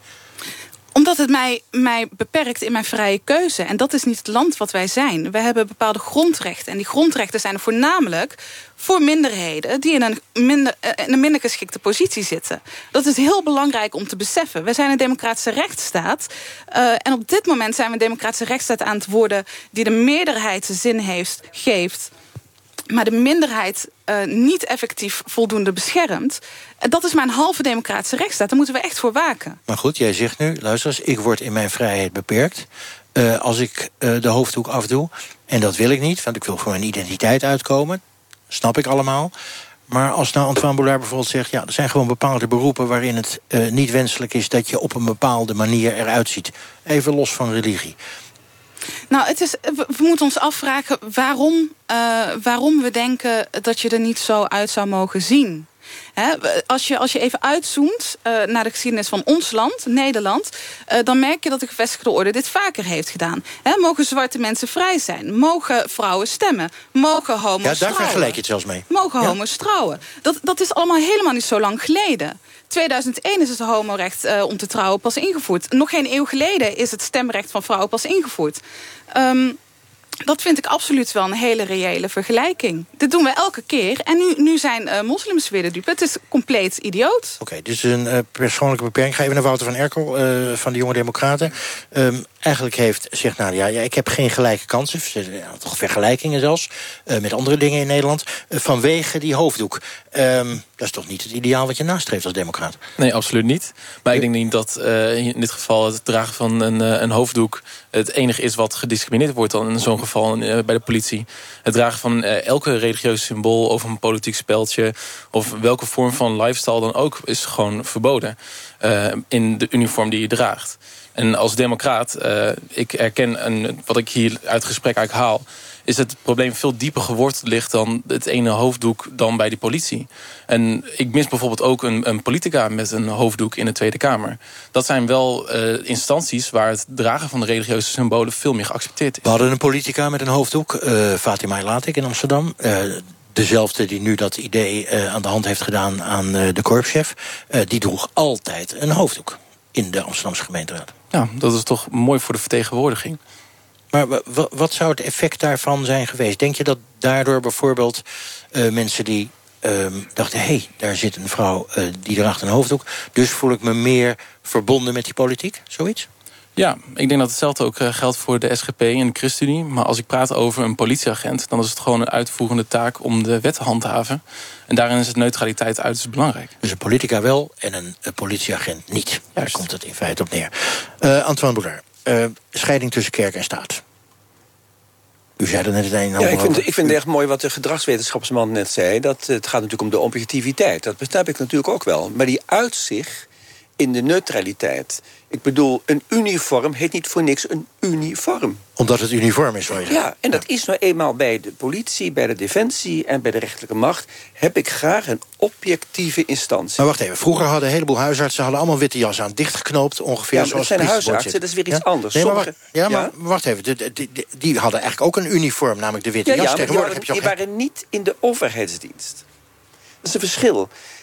Omdat het mij, mij beperkt in mijn vrije keuze. En dat is niet het land wat wij zijn. We hebben bepaalde grondrechten. En die grondrechten zijn er voornamelijk voor minderheden die in een minder, in een minder geschikte positie zitten. Dat is heel belangrijk om te beseffen. We zijn een democratische rechtsstaat. Uh, en op dit moment zijn we een democratische rechtsstaat aan het worden die de meerderheid zin heeft, geeft, maar de minderheid uh, niet effectief voldoende beschermt. En dat is maar een halve democratische rechtsstaat. Daar moeten we echt voor waken. Maar goed, jij zegt nu, luister eens, ik word in mijn vrijheid beperkt Uh, als ik uh, de hoofddoek afdoe. En dat wil ik niet, want ik wil voor mijn identiteit uitkomen. Snap ik allemaal. Maar als nou Antoine Boulard bijvoorbeeld zegt, ja, er zijn gewoon bepaalde beroepen waarin het uh, niet wenselijk is dat je op een bepaalde manier eruit ziet. Even los van religie. Nou, het is, we, we moeten ons afvragen waarom, uh, waarom we denken dat je er niet zo uit zou mogen zien. He, als, je, als je even uitzoomt uh, naar de geschiedenis van ons land, Nederland, Uh, dan merk je dat de gevestigde orde dit vaker heeft gedaan. He, mogen zwarte mensen vrij zijn? Mogen vrouwen stemmen? Mogen homo's trouwen? Ja, daar vergelijk je het zelfs mee. Mogen ja? homo's trouwen? Dat, dat is allemaal helemaal niet zo lang geleden. tweeduizend één is het homorecht uh, om te trouwen pas ingevoerd. Nog geen eeuw geleden is het stemrecht van vrouwen pas ingevoerd. Um, Dat vind ik absoluut wel een hele reële vergelijking. Dit doen we elke keer. En nu, nu zijn uh, moslims weer de dupe. Het is compleet idioot. Oké, okay, dus een uh, persoonlijke beperking. Ga even naar Wouter van Erkel uh, van de Jonge Democraten. Um, eigenlijk heeft, zegt Nadia, ja, ik heb geen gelijke kansen. Ja, toch vergelijkingen zelfs. Uh, met andere dingen in Nederland. Uh, vanwege die hoofddoek. Um, dat is toch niet het ideaal wat je nastreeft als democraat? Nee, absoluut niet. Maar ik denk niet dat uh, in dit geval het dragen van een, uh, een hoofddoek het enige is wat gediscrimineerd wordt dan in zo'n geval uh, bij de politie. Het dragen van uh, elke religieus symbool of een politiek speldje of welke vorm van lifestyle dan ook is gewoon verboden uh, in de uniform die je draagt. En als democraat, uh, ik erken, een, wat ik hier uit het gesprek eigenlijk haal, is het probleem veel dieper geworteld ligt dan het ene hoofddoek dan bij de politie. En ik mis bijvoorbeeld ook een, een politica met een hoofddoek in de Tweede Kamer. Dat zijn wel uh, instanties waar het dragen van de religieuze symbolen veel meer geaccepteerd is. We hadden een politica met een hoofddoek, uh, Fatima Latik in Amsterdam. Uh, dezelfde die nu dat idee uh, aan de hand heeft gedaan aan uh, de korpschef. Uh, die droeg altijd een hoofddoek in de Amsterdamse gemeenteraad. Ja, dat is toch mooi voor de vertegenwoordiging. Maar wat zou het effect daarvan zijn geweest? Denk je dat daardoor bijvoorbeeld uh, mensen die uh, dachten, hé, hey, daar zit een vrouw uh, die draagt een hoofddoek, dus voel ik me meer verbonden met die politiek? Zoiets? Ja, ik denk dat hetzelfde ook geldt voor de S G P en de ChristenUnie. Maar als ik praat over een politieagent, dan is het gewoon een uitvoerende taak om de wet te handhaven. En daarin is het neutraliteit uiterst belangrijk. Dus een politica wel en een, een politieagent niet. Juist. Daar komt het in feite op neer. Uh, Antoine Boulard, uh, scheiding tussen kerk en staat. U zei er net het een en ander. Ja, ik vind, ik vind het echt mooi wat de gedragswetenschapsman net zei. Dat het gaat natuurlijk om de objectiviteit. Dat begrijp ik natuurlijk ook wel. Maar die uit zich in de neutraliteit. Ik bedoel, een uniform heet niet voor niks een uniform. Omdat het uniform is, hoor je. Ja, en dat is nou eenmaal bij de politie, bij de defensie en bij de rechterlijke macht. Heb ik graag een objectieve instantie. Maar wacht even, vroeger hadden een heleboel huisartsen hadden allemaal witte jas aan, dichtgeknoopt ongeveer. Ja, zoals dat zijn huisartsen, dat is weer iets ja? anders. Nee, maar Sommige, wacht, ja, maar ja? wacht even, die, die, die, die hadden eigenlijk ook een uniform, namelijk de witte ja, jas. Ja, maar die, Tegenwoordig waren, heb je die waren niet in de overheidsdienst. Dat is een verschil.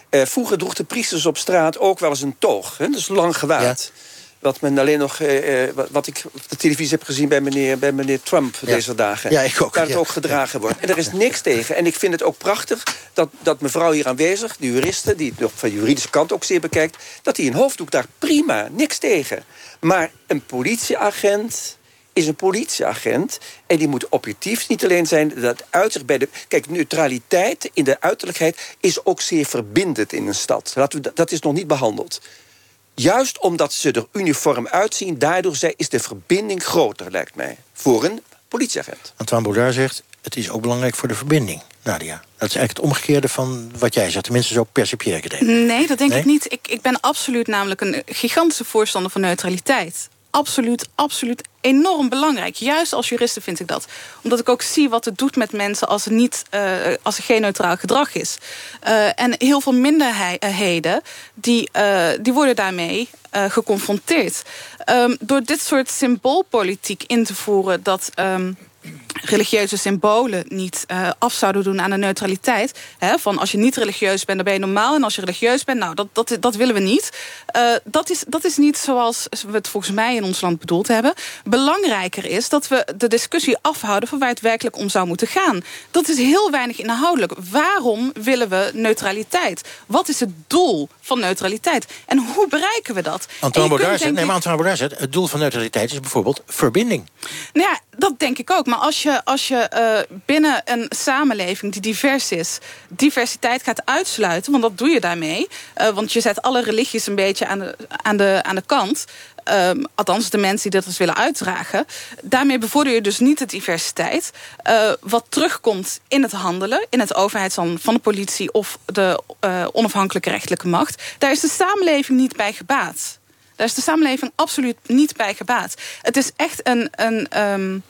Uh, vroeger droeg de priesters op straat ook wel eens een toog. Hè? Dus lang gewaad. Ja. Wat men alleen nog, uh, wat, wat ik op de televisie heb gezien bij meneer, bij meneer Trump ja. deze dagen. Ja, ik ook. Waar het ja. ook gedragen ja. wordt. En er is niks tegen. En ik vind het ook prachtig dat, dat mevrouw hier aanwezig, de juriste, die het nog van de juridische kant ook zeer bekijkt, dat hij een hoofddoek daar prima, niks tegen. Maar een politieagent is een politieagent. En die moet objectief niet alleen zijn. Dat uitzicht bij de. Kijk, neutraliteit in de uiterlijkheid is ook zeer verbindend in een stad. Laten we, dat is nog niet behandeld. Juist omdat ze er uniform uitzien, daardoor is de verbinding groter, lijkt mij. Voor een politieagent. Antoine Baudard zegt, het is ook belangrijk voor de verbinding, Nadia. Dat is eigenlijk het omgekeerde van wat jij zegt. Tenminste, zo percipieer ik het even. Nee, dat denk nee? ik niet. Ik, ik ben absoluut namelijk een gigantische voorstander van neutraliteit. Absoluut, absoluut enorm belangrijk. Juist als juriste vind ik dat. Omdat ik ook zie wat het doet met mensen als er, niet, uh, als er geen neutraal gedrag is. Uh, en heel veel minderheden die, uh, die worden daarmee uh, geconfronteerd. Um, door dit soort symboolpolitiek in te voeren, dat Um, religieuze symbolen niet uh, af zouden doen aan de neutraliteit. Hè, van als je niet religieus bent, dan ben je normaal. En als je religieus bent, nou, dat, dat, dat willen we niet. Uh, dat, is, dat is niet zoals we het volgens mij in ons land bedoeld hebben. Belangrijker is dat we de discussie afhouden van waar het werkelijk om zou moeten gaan. Dat is heel weinig inhoudelijk. Waarom willen we neutraliteit? Wat is het doel van neutraliteit? En hoe bereiken we dat? Antoine Baudard zegt, nee, maar Antoine Baudard zegt, het doel van neutraliteit is bijvoorbeeld verbinding. Nou ja, dat denk ik ook. Maar als je, als je uh, binnen een samenleving die divers is, diversiteit gaat uitsluiten, want dat doe je daarmee. Uh, want je zet alle religies een beetje aan de, aan de, aan de kant. Um, althans, de mensen die dat dus willen uitdragen. Daarmee bevorder je dus niet de diversiteit. Uh, wat terugkomt in het handelen, in het overheidshandelen van de politie of de uh, onafhankelijke rechterlijke macht. Daar is de samenleving niet bij gebaat. Daar is de samenleving absoluut niet bij gebaat. Het is echt een, een um,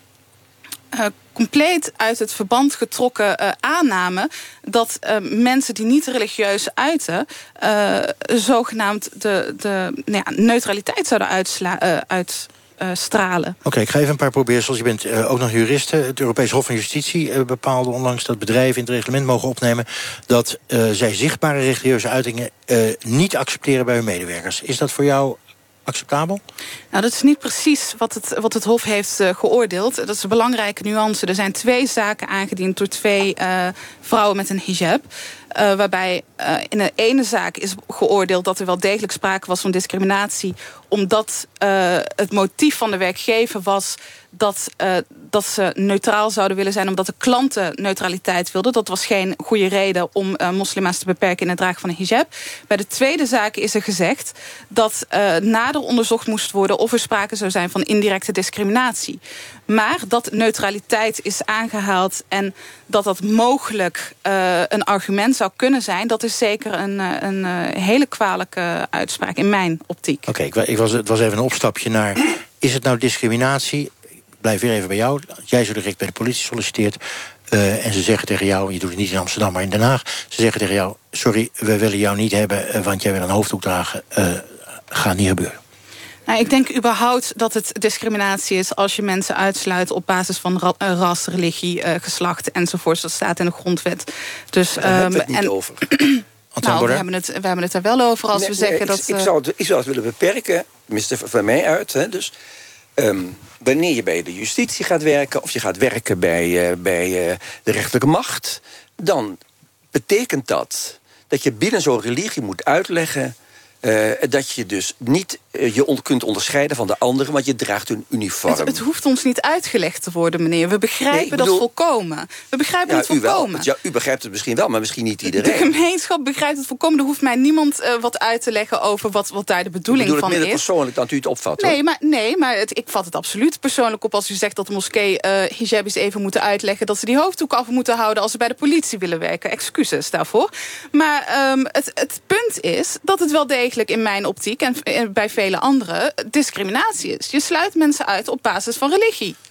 uh, compleet uit het verband getrokken uh, aanname dat uh, mensen die niet religieus uiten uh, zogenaamd de, de nou ja, neutraliteit zouden uitsla, uh, uit. Uh, stralen. Oké, okay, ik ga even een paar probeersels. Je bent uh, ook nog juriste. Het Europees Hof van Justitie uh, bepaalde onlangs dat bedrijven in het reglement mogen opnemen dat uh, zij zichtbare religieuze uitingen uh, niet accepteren bij hun medewerkers. Is dat voor jou acceptabel? Nou, dat is niet precies wat het, wat het Hof heeft uh, geoordeeld. Dat is een belangrijke nuance. Er zijn twee zaken aangediend door twee uh, vrouwen met een hijab. Uh, waarbij uh, in de ene zaak is geoordeeld dat er wel degelijk sprake was van discriminatie, omdat uh, het motief van de werkgever was dat, uh, dat ze neutraal zouden willen zijn, omdat de klanten neutraliteit wilden. Dat was geen goede reden om uh, moslima's te beperken in het dragen van een hijab. Bij de tweede zaak is er gezegd dat uh, nader onderzocht moest worden of er sprake zou zijn van indirecte discriminatie. Maar dat neutraliteit is aangehaald en dat dat mogelijk uh, een argument zou kunnen zijn, dat is zeker een, een, een hele kwalijke uitspraak in mijn optiek. Oké, okay, ik was, het was even een opstapje naar, is het nou discriminatie? Ik blijf weer even bij jou. Als jij zo direct bij de politie solliciteert uh, en ze zeggen tegen jou, je doet het niet in Amsterdam, maar in Den Haag, ze zeggen tegen jou, sorry, we willen jou niet hebben, uh, want jij wil een hoofddoek dragen. Uh, gaat niet gebeuren. Nou, ik denk überhaupt dat het discriminatie is als je mensen uitsluit op basis van ra ras, religie, uh, geslacht enzovoort. Dat staat in de grondwet. Dus, daar um, hebben we het niet en, over. nou, we hebben, het, we hebben het er wel over als nee, we zeggen nee, dat... Ik, ik, zou het, ik zou het willen beperken, tenminste van mij uit. Hè, dus um, wanneer je bij de justitie gaat werken of je gaat werken bij, uh, bij uh, de rechterlijke macht, dan betekent dat dat je binnen zo'n religie moet uitleggen Uh, dat je dus niet uh, je on kunt onderscheiden van de anderen, want je draagt een uniform. Het, het hoeft ons niet uitgelegd te worden, meneer. We begrijpen nee, bedoel, dat volkomen. We begrijpen ja, het volkomen. Wel, ja, u begrijpt het misschien wel, maar misschien niet iedereen. De gemeenschap begrijpt het volkomen. Er hoeft mij niemand uh, wat uit te leggen over wat, wat daar de bedoeling van is. Ik bedoel het minder persoonlijk dan u het opvat. Nee, hoor. maar, nee, maar het, ik vat het absoluut persoonlijk op als u zegt dat de moskee uh, hijabis even moeten uitleggen, dat ze die hoofddoek af moeten houden als ze bij de politie willen werken. Excuses daarvoor. Maar um, het, het punt is dat het wel degelijk in mijn optiek en bij vele anderen discriminatie is. Je sluit mensen uit op basis van religie.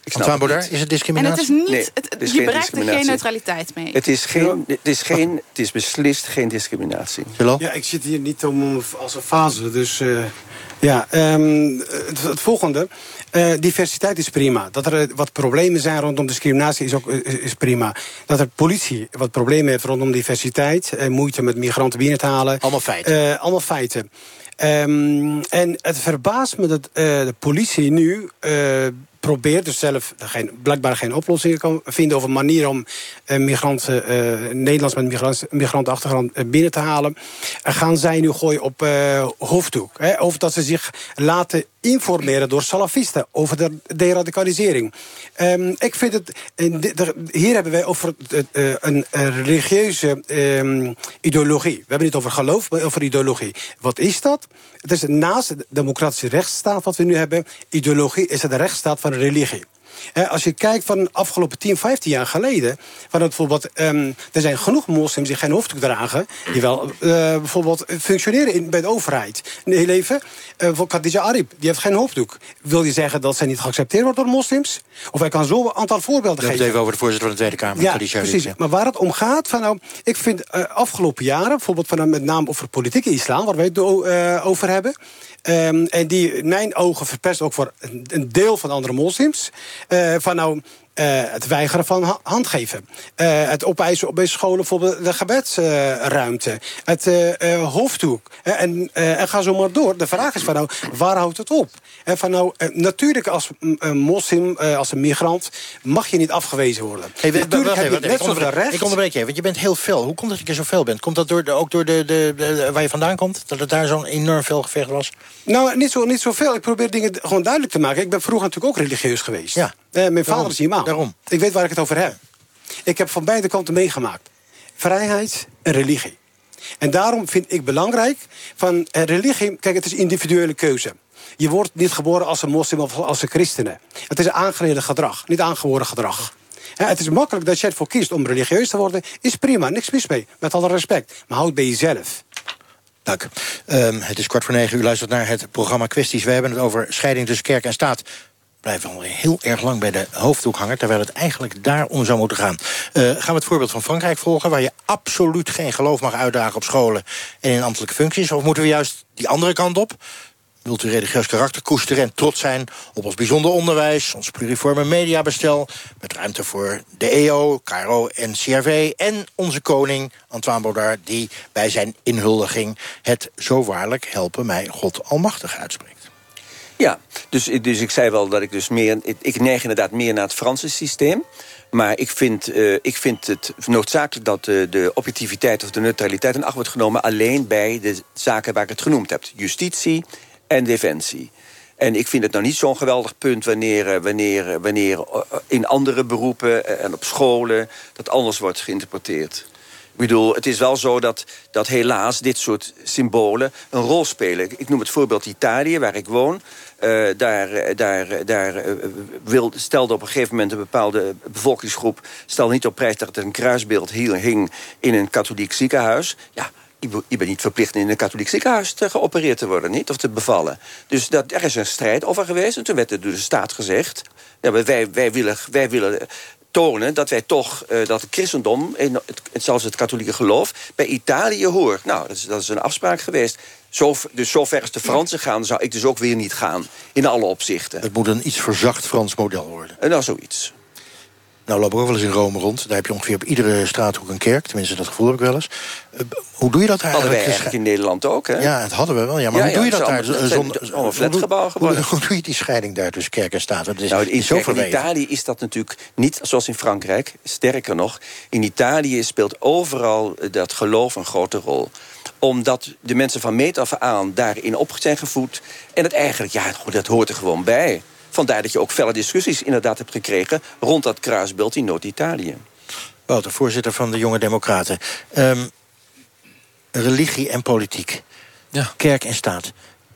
Antoine Baudard, is het discriminatie? En het is niet, Nee, het, het is je geen bereikt er geen discriminatie. neutraliteit mee. Het is, geen, het, is geen, het is beslist geen discriminatie. Ja, ik zit hier niet om als een fase. Dus uh, ja, um, het, het volgende. Uh, diversiteit is prima. Dat er uh, wat problemen zijn rondom discriminatie is ook uh, is prima. Dat er politie wat problemen heeft rondom diversiteit. Uh, moeite met migranten binnen te halen. Allemaal feiten. Uh, allemaal feiten. Um, en het verbaast me dat uh, de politie nu uh, probeert dus zelf geen, blijkbaar geen oplossingen kan vinden of een manier om uh, migranten, uh, Nederlands met migrant, migrantenachtergrond uh, binnen te halen. Uh, gaan zij nu gooien op uh, hoofddoek. Hè, of dat ze zich laten informeren door salafisten over de deradicalisering. Um, ik vind het, uh, de, de, hier hebben wij over uh, uh, een, een religieuze um, ideologie. We hebben het over geloof, maar over ideologie. Wat is dat? Het is naast de democratische rechtsstaat wat we nu hebben, ideologie is het de rechtsstaat van de religie. Eh, als je kijkt van de afgelopen tien, vijftien jaar geleden, van het bijvoorbeeld, um, er zijn genoeg moslims die geen hoofddoek dragen, die wel uh, bijvoorbeeld functioneren in, bij de overheid. Een heel even, uh, voor Khadija Arib, die heeft geen hoofddoek. Wil je zeggen dat zij niet geaccepteerd wordt door moslims? Of ik kan zo een aantal voorbeelden We geven. hebben het even over de voorzitter van de Tweede Kamer. Ja, Khadija Arib, precies. ja. Maar waar het om gaat, van nou, ik vind uh, afgelopen jaren, bijvoorbeeld van, met name over politieke islam, waar wij het uh, over hebben, Um, en die in mijn ogen verpest ook voor een, een deel van andere moslims. Uh, van nou uh, het weigeren van ha- handgeven. Uh, het opeisen op bij scholen bijvoorbeeld de gebedsruimte. Uh, het uh, uh, hoofddoek. Uh, en, uh, en ga zo maar door. De vraag is van nou, waar houdt het op? En van nou, uh, natuurlijk als een moslim, uh, als een migrant, mag je niet afgewezen worden. Hey, we, natuurlijk wacht heb je even, net ik, zoveel onderbreek, recht. ik onderbreek je even, want je bent heel fel. Hoe komt het dat je zo fel bent? Komt dat door de, ook door de, de, de, waar je vandaan komt? Dat het daar zo'n enorm fel gevecht was? Nou, niet zo, niet zoveel. Ik probeer dingen gewoon duidelijk te maken. Ik ben vroeger natuurlijk ook religieus geweest. Ja. Uh, mijn vader Daarom. is imam. Daarom. Ik weet waar ik het over heb. Ik heb van beide kanten meegemaakt. Vrijheid en religie. En daarom vind ik belangrijk van uh, religie. Kijk, het is individuele keuze. Je wordt niet geboren als een moslim of als een christene. Het is aangeleerd gedrag, niet aangeboren gedrag. Ja, het is makkelijk dat je ervoor kiest om religieus te worden. Is prima, niks mis mee. Met alle respect. Maar houd bij jezelf. Dank. Um, het is kwart voor negen. U luistert naar het programma Kwesties. We hebben het over scheiding tussen kerk en staat. Blijven al heel erg lang bij de hoofddoek hangen, terwijl het eigenlijk daarom zou moeten gaan. Uh, gaan we het voorbeeld van Frankrijk volgen, waar je absoluut geen geloof mag uitdagen op scholen en in ambtelijke functies? Of moeten we juist die andere kant op? Multireligieus karakter koesteren en trots zijn op ons bijzonder onderwijs, ons pluriforme mediabestel, met ruimte voor de E O, K R O en C R V en onze koning Antoine Baudard, die bij zijn inhuldiging het zo waarlijk helpen mij God Almachtig uitspreekt. Ja, dus, dus ik zei wel dat ik dus meer... Ik neig inderdaad meer naar het Franse systeem. Maar ik vind, uh, ik vind het noodzakelijk dat de, de objectiviteit of de neutraliteit in acht wordt genomen alleen bij de zaken waar ik het genoemd heb. Justitie en defensie. En ik vind het nou niet zo'n geweldig punt wanneer, wanneer, wanneer in andere beroepen en op scholen dat anders wordt geïnterpreteerd. Ik bedoel, het is wel zo dat, dat helaas dit soort symbolen een rol spelen. Ik noem het voorbeeld Italië, waar ik woon. Uh, daar daar, daar uh, wil, stelde op een gegeven moment een bepaalde bevolkingsgroep... stelde niet op prijs dat er een kruisbeeld hier hing in een katholiek ziekenhuis. Ja, je bent niet verplicht in een katholiek ziekenhuis te geopereerd te worden, niet? Of te bevallen. Dus dat, er is een strijd over geweest. En toen werd er door de staat gezegd... Ja, wij, wij, willen, wij willen tonen dat wij toch, uh, dat het christendom, en het, zelfs het katholieke geloof, bij Italië hoort. Nou, dat is, dat is een afspraak geweest. Zo, dus zover als de Fransen gaan, zou ik dus ook weer niet gaan. In alle opzichten. Het moet een iets verzacht Frans model worden. En nou, zoiets. Nou, loop ik ook wel eens in Rome rond. Daar heb je ongeveer op iedere straathoek een kerk. Tenminste, dat gevoel heb ik wel eens. Uh, hoe doe je dat eigenlijk? Hadden wij eigenlijk in Nederland ook, hè? Ja, dat hadden we wel. Ja, maar ja, hoe doe je ja, dat daar? Allemaal een flatgebouw hoe, hoe, hoe doe je die scheiding daar tussen kerk en staat? Dat is nou, in, zo kijk, in Italië is dat natuurlijk niet zoals in Frankrijk. Sterker nog, in Italië speelt overal dat geloof een grote rol. Omdat de mensen van meet af aan daarin op zijn gevoed. En het eigenlijk, ja, dat hoort er gewoon bij. Vandaar dat je ook felle discussies inderdaad hebt gekregen rond dat kruisbeeld in Noord-Italië. Wouter, voorzitter van de Jonge Democraten. Um, religie en politiek. Ja. Kerk en staat.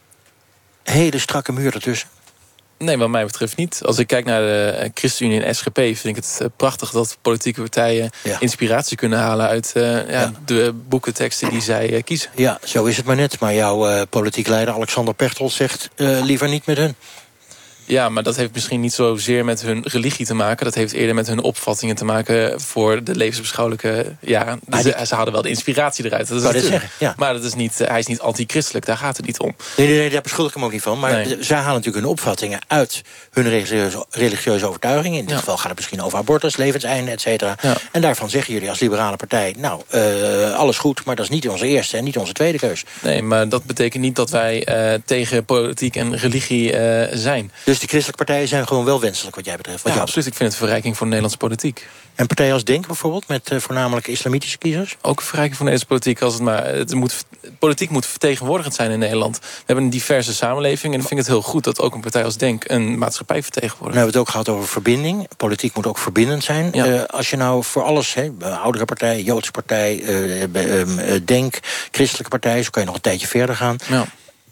Hele strakke muur ertussen. Nee, wat mij betreft niet. Als ik kijk naar de ChristenUnie en S G P... vind ik het prachtig dat politieke partijen ja. inspiratie kunnen halen uit uh, ja, ja. de boekenteksten die zij uh, kiezen. Ja, zo is het maar net. Maar jouw uh, politiek leider Alexander Pechtold zegt uh, liever niet met hun. Ja, maar dat heeft misschien niet zozeer met hun religie te maken. Dat heeft eerder met hun opvattingen te maken voor de levensbeschouwelijke... Ja, dus die... ze hadden wel de inspiratie eruit. Dat is dat zeggen, ja. Maar dat is niet, hij is niet anti-christelijk, daar gaat het niet om. Nee, nee, nee, daar beschuldig ik hem ook niet van. Maar nee. zij halen natuurlijk hun opvattingen uit hun religieuze, religieuze overtuigingen. In dit ja. geval gaat het misschien over abortus, levenseinde, et cetera. Ja. En daarvan zeggen jullie als liberale partij... nou, uh, alles goed, maar dat is niet onze eerste en niet onze tweede keus. Nee, maar dat betekent niet dat wij uh, tegen politiek en religie uh, zijn. Dus die christelijke partijen zijn gewoon wel wenselijk wat jij betreft? Wat ja, absoluut. Ik vind het een verrijking voor de Nederlandse politiek. En partijen als Denk bijvoorbeeld, met uh, voornamelijk islamitische kiezers? Ook een verrijking voor de Nederlandse politiek. Als het maar, het moet, politiek moet vertegenwoordigend zijn in Nederland. We hebben een diverse samenleving en dan vind ik het heel goed... dat ook een partij als Denk een maatschappij vertegenwoordigt. Nou, we hebben het ook gehad over verbinding. Politiek moet ook verbindend zijn. Ja. Uh, als je nou voor alles, he, oudere partij, Joodse partij, uh, uh, Denk, christelijke partij... zo kan je nog een tijdje verder gaan. Ja.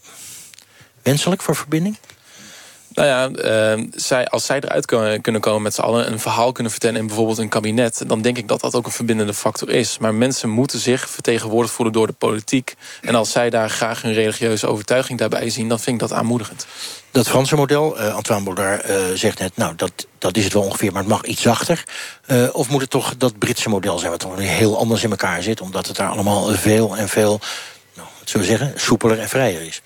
Wenselijk voor verbinding? Nou ja, uh, zij, als zij eruit kunnen, kunnen komen met z'n allen... een verhaal kunnen vertellen in bijvoorbeeld een kabinet... dan denk ik dat dat ook een verbindende factor is. Maar mensen moeten zich vertegenwoordigd voelen door de politiek. En als zij daar graag hun religieuze overtuiging daarbij zien... dan vind ik dat aanmoedigend. Dat Franse model, uh, Antoine Baudard uh, zegt net... nou, dat, dat is het wel ongeveer, maar het mag iets zachter. Uh, of moet het toch dat Britse model zijn... wat toch heel anders in elkaar zit... omdat het daar allemaal veel en veel, nou, wat zullen we zeggen... soepeler en vrijer is?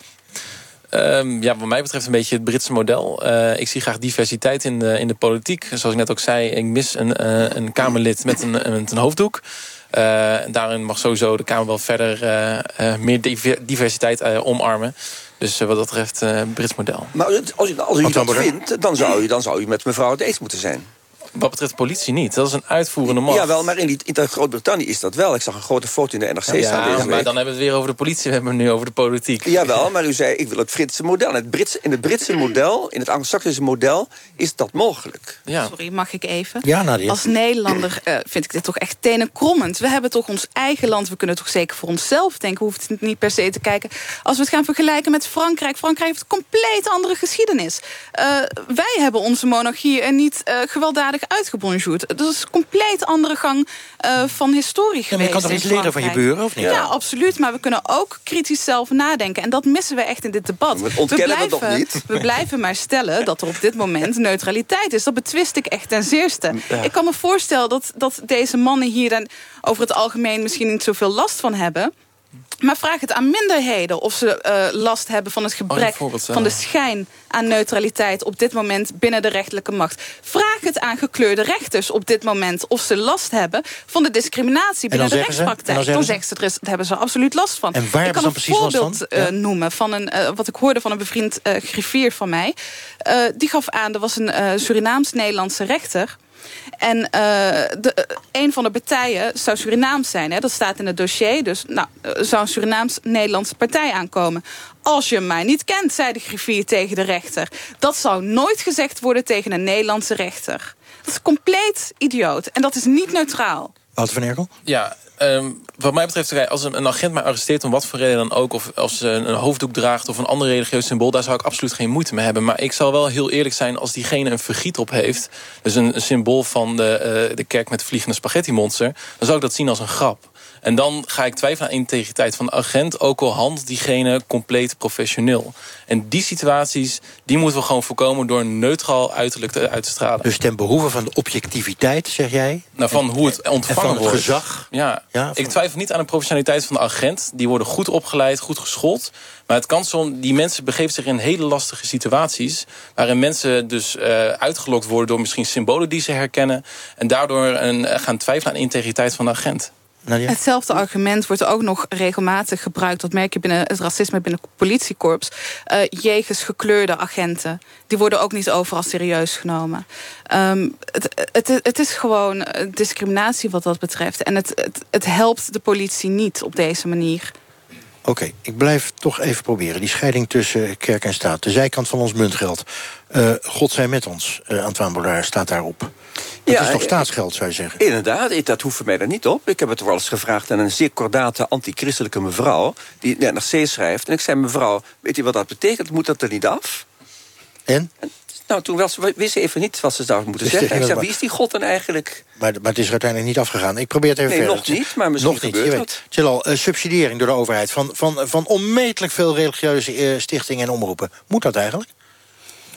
Um, ja, wat mij betreft een beetje het Britse model. Uh, ik zie graag diversiteit in de, in de politiek. Zoals ik net ook zei, ik mis een, uh, een Kamerlid met een, met een hoofddoek. Uh, en daarin mag sowieso de Kamer wel verder uh, uh, meer diversiteit uh, omarmen. Dus uh, wat dat betreft, uh, Brits model. Maar als u, als u dat vindt, dan zou u, dan zou u met mevrouw het eens moeten zijn. Wat betreft politie niet. Dat is een uitvoerende macht. Ja, wel, maar in, die, in Groot-Brittannië is dat wel. Ik zag een grote foto in de N R C ja, staan deze maar week. Dan hebben we het weer over de politie. We hebben het nu over de politiek. Jawel, maar u zei, ik wil het Britse model. In het Britse, in het Britse model, in het Anglo-Saxische model... is dat mogelijk. Ja. Sorry, mag ik even? Ja, Nadia. Als Nederlander uh, vind ik dit toch echt tenenkrommend. We hebben toch ons eigen land. We kunnen toch zeker voor onszelf denken. We hoeven het niet per se te kijken. Als we het gaan vergelijken met Frankrijk. Frankrijk heeft een compleet andere geschiedenis. Uh, wij hebben onze monarchie er niet uh, gewelddadig uitgebonjourd. Dat is een compleet andere gang uh, van historie ja, geweest. Maar je kan toch iets leren van je buren, of niet? Ja, ja, absoluut. Maar we kunnen ook kritisch zelf nadenken. En dat missen we echt in dit debat. We ontkennen we, blijven, we toch niet? we blijven maar stellen dat er op dit moment neutraliteit is. Dat betwist ik echt ten zeerste. Ja. Ik kan me voorstellen dat, dat deze mannen hier dan over het algemeen misschien niet zoveel last van hebben. Maar vraag het aan minderheden of ze uh, last hebben van het gebrek oh, van de schijn aan neutraliteit op dit moment binnen de rechterlijke macht. Vraag het aan gekleurde rechters op dit moment of ze last hebben van de discriminatie binnen de rechtspraktijk. Dan, dan zeggen ze, daar hebben ze absoluut last van. En waar ik kan een voorbeeld van? Ja. Uh, noemen van een, uh, wat ik hoorde van een bevriend uh, griffier van mij. Uh, die gaf aan, er was een uh, Surinaams-Nederlandse rechter. En uh, de, een van de partijen zou Surinaams zijn. Hè? Dat staat in het dossier. Dus nou, zou een Surinaams-Nederlandse partij aankomen. Als je hem maar niet kent, zei de griffier tegen de rechter. Dat zou nooit gezegd worden tegen een Nederlandse rechter. Dat is compleet idioot. En dat is niet neutraal. Wouter van Erkel? Ja, um, wat mij betreft, als een, een agent mij arresteert om wat voor reden dan ook, of als ze een, een hoofddoek draagt of een ander religieus symbool, daar zou ik absoluut geen moeite mee hebben. Maar ik zal wel heel eerlijk zijn als diegene een vergiet op heeft, dus een, een symbool van de, uh, de kerk met de vliegende spaghetti monster, dan zou ik dat zien als een grap. En dan ga ik twijfelen aan de integriteit van de agent, ook al handelt diegene compleet professioneel. En die situaties, die moeten we gewoon voorkomen door een neutraal uiterlijk te, uit te stralen. Dus ten behoeve van de objectiviteit, zeg jij? Nou, van hoe het ontvangen en van het wordt. gezag? Ja, ja van... ik twijfel niet aan de professionaliteit van de agent. Die worden goed opgeleid, goed geschoold. Maar het kan soms, die mensen begeven zich in hele lastige situaties, waarin mensen dus uh, uitgelokt worden door misschien symbolen die ze herkennen, en daardoor een, gaan twijfelen aan de integriteit van de agent. Nadia? Hetzelfde argument wordt ook nog regelmatig gebruikt. Dat merk je binnen het racisme binnen het politiekorps. Uh, jegens gekleurde agenten. Die worden ook niet overal serieus genomen. Um, het, het, het is gewoon discriminatie wat dat betreft. En het, het, het helpt de politie niet op deze manier. Oké, okay, ik blijf toch even proberen. Die scheiding tussen kerk en staat. De zijkant van ons muntgeld. Uh, God zij met ons, uh, Antoine Baudard staat daarop. Dat ja, is toch staatsgeld, zou je zeggen? Inderdaad, dat hoeft voor mij er niet op. Ik heb het wel eens gevraagd aan een zeer kordate antichristelijke mevrouw die in de N R C schrijft. En ik zei, mevrouw, weet u wat dat betekent? Moet dat er niet af? En? en nou, toen was, wist ze even niet wat ze zou moeten dus zeggen. Ik zei, wie is die God dan eigenlijk? Maar, maar het is er uiteindelijk niet afgegaan. Ik probeer het even nee, verder. nog niet, maar misschien nog niet, gebeurt dat. Het is al uh, subsidiëring door de overheid van, van, van onmetelijk veel religieuze uh, stichtingen en omroepen. Moet dat eigenlijk?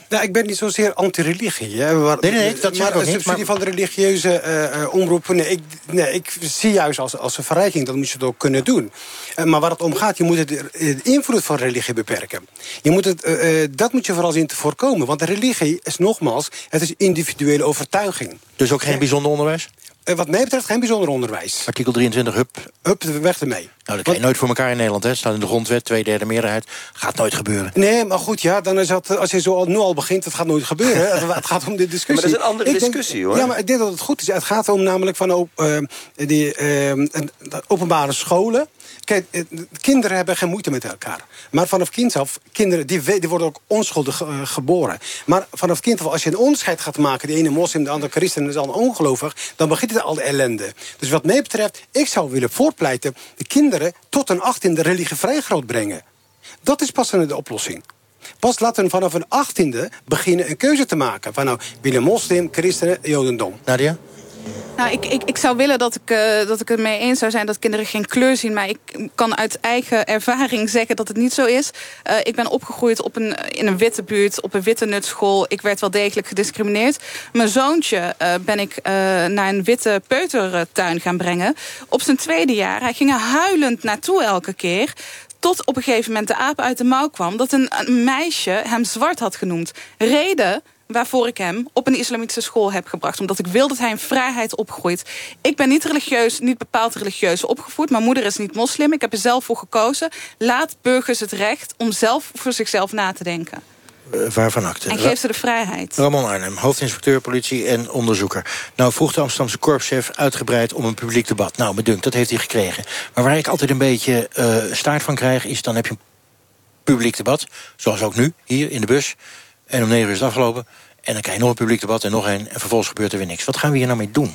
Nou, ik ben niet zozeer anti-religie. Hè, maar, nee, nee, dat maar ook een niet. subsidie Maar... van de religieuze uh, omroepen... Nee ik, nee, ik zie juist als, als een verrijking, dat moet je het ook kunnen doen. Uh, maar waar het om gaat, je moet het, de invloed van religie beperken. Je moet het, uh, dat moet je vooral zien te voorkomen. Want de religie is nogmaals, het is individuele overtuiging. Dus ook geen bijzonder onderwijs? Uh, wat mij betreft geen bijzonder onderwijs. Artikel drieëntwintig, hup. Hup, weg ermee. Nou, dat krijg je nooit voor elkaar in Nederland, hè? Staat in de grondwet, twee derde meerderheid. Gaat nooit gebeuren. Nee, maar goed, ja, dan is dat, als je zo nu al begint, het gaat nooit gebeuren. Het gaat om de discussie. Maar dat is een andere ik discussie, denk, hoor. Ja, maar ik denk dat het goed is. Het gaat om namelijk van op, uh, die uh, openbare scholen. Kijk, kinderen hebben geen moeite met elkaar. Maar vanaf kind af, kinderen die, die worden ook onschuldig uh, geboren. Maar vanaf kind af, als je een onderscheid gaat maken... de ene moslim, de andere christen en de andere ongelovig... dan begint het al de ellende. Dus wat mij betreft, ik zou willen voortpleiten... de kinderen tot een achttiende religievrij grootbrengen. Dat is pas de oplossing. Pas laten we vanaf een achttiende beginnen een keuze te maken. Van nou, binnen moslim, christenen, jodendom. Nadia? Nou, ik, ik, ik zou willen dat ik, uh, dat ik het mee eens zou zijn dat kinderen geen kleur zien. Maar ik kan uit eigen ervaring zeggen dat het niet zo is. Uh, ik ben opgegroeid op een, in een witte buurt, op een witte nutschool. Ik werd wel degelijk gediscrimineerd. Mijn zoontje uh, ben ik uh, naar een witte peutertuin gaan brengen. Op zijn tweede jaar, hij ging er huilend naartoe elke keer... tot op een gegeven moment de aap uit de mouw kwam... dat een, een meisje hem zwart had genoemd. Reden waarvoor ik hem op een islamitische school heb gebracht. Omdat ik wil dat hij in vrijheid opgroeit. Ik ben niet religieus, niet bepaald religieus opgevoed. Mijn moeder is niet moslim. Ik heb er zelf voor gekozen. Laat burgers het recht om zelf voor zichzelf na te denken. Uh, waarvan acte? En geef ze de vrijheid. Ramon Arnhem, hoofdinspecteur politie en onderzoeker. Nou vroeg de Amsterdamse korpschef uitgebreid om een publiek debat. Nou, me dunkt, dat heeft hij gekregen. Maar waar ik altijd een beetje uh, staart van krijg... is dan heb je een publiek debat, zoals ook nu, hier in de bus... en om negen uur is het afgelopen. En dan krijg je nog een publiek debat en nog een. En vervolgens gebeurt er weer niks. Wat gaan we hier nou mee doen?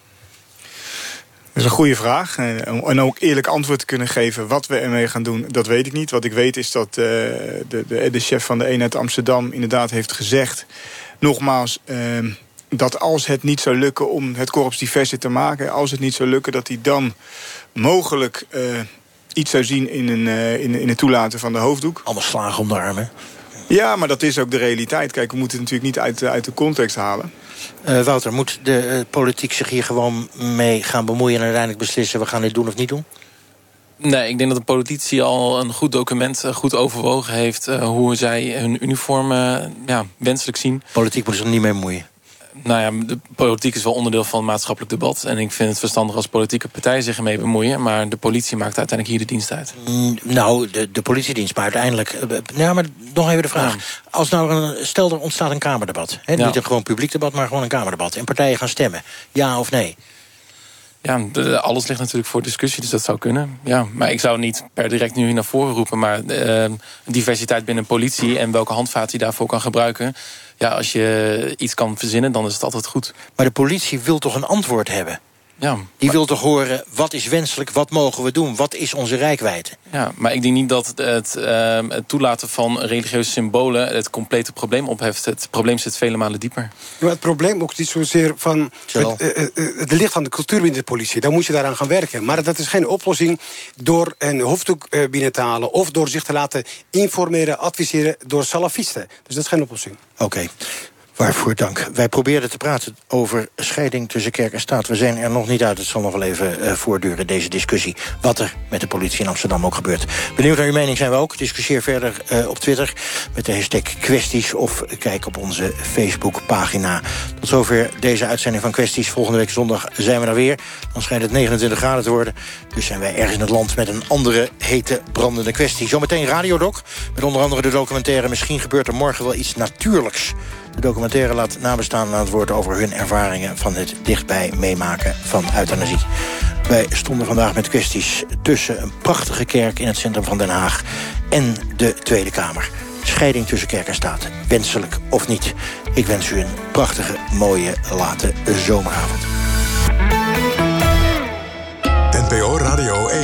Dat is een goede vraag. En ook eerlijk antwoord te kunnen geven wat we ermee gaan doen, dat weet ik niet. Wat ik weet is dat uh, de, de, de chef van de eenheid Amsterdam inderdaad heeft gezegd... nogmaals, uh, dat als het niet zou lukken om het korps diverser te maken... als het niet zou lukken, dat hij dan mogelijk uh, iets zou zien in, een, uh, in, in het toelaten van de hoofddoek. Allemaal slagen om de armen. Ja, maar dat is ook de realiteit. Kijk, we moeten het natuurlijk niet uit, uit de context halen. Uh, Wouter, moet de uh, politiek zich hier gewoon mee gaan bemoeien... en uiteindelijk beslissen, we gaan dit doen of niet doen? Nee, ik denk dat de politici al een goed document uh, goed overwogen heeft... Uh, hoe zij hun uniform uh, ja, wenselijk zien. Politiek moet zich er niet mee bemoeien. Nou ja, de politiek is wel onderdeel van het maatschappelijk debat. En ik vind het verstandig als politieke partijen zich ermee bemoeien. Maar de politie maakt uiteindelijk hier de dienst uit. Mm, nou, de, de politiedienst, maar uiteindelijk... Uh, nou, maar nog even de vraag. Ja. Als nou een, stel, er ontstaat een kamerdebat. Hè, ja. Niet een gewoon publiek debat, maar gewoon een kamerdebat. En partijen gaan stemmen. Ja of nee? Ja, de, alles ligt natuurlijk voor discussie, dus dat zou kunnen. Ja, maar ik zou niet per direct nu naar voren roepen... maar uh, diversiteit binnen politie en welke handvaat je daarvoor kan gebruiken... Ja, als je iets kan verzinnen, dan is het altijd goed. Maar de politie wil toch een antwoord hebben? Ja, Die maar... wil toch horen, wat is wenselijk, wat mogen we doen? Wat is onze reikwijdte? Ja, maar ik denk niet dat het, uh, het toelaten van religieuze symbolen... het complete probleem opheft. Het probleem zit vele malen dieper. Maar het probleem ook niet zozeer van... Het, uh, uh, het ligt aan de cultuur binnen de politie. Dan moet je daaraan gaan werken. Maar dat is geen oplossing door een hoofddoek uh, binnen te halen... of door zich te laten informeren, adviseren door salafisten. Dus dat is geen oplossing. Oké. Okay. Waarvoor dank. Wij probeerden te praten over scheiding tussen kerk en staat. We zijn er nog niet uit. Het zal nog wel even uh, voortduren, deze discussie. Wat er met de politie in Amsterdam ook gebeurt. Benieuwd naar uw mening zijn we ook. Discussieer verder uh, op Twitter met de hashtag kwesties... of kijk op onze Facebookpagina. Tot zover deze uitzending van Kwesties. Volgende week zondag zijn we er weer. Dan schijnt het negenentwintig graden te worden. Dus zijn wij ergens in het land met een andere hete brandende kwestie. Zometeen Radiodoc. Met onder andere de documentaire Misschien gebeurt er morgen wel iets natuurlijks. De documentaire laat nabestaanden aan het woord over hun ervaringen... van het dichtbij meemaken van euthanasie. Wij stonden vandaag met kwesties tussen een prachtige kerk... in het centrum van Den Haag en de Tweede Kamer. Scheiding tussen kerk en staat, wenselijk of niet. Ik wens u een prachtige, mooie, late zomeravond. N P O Radio één.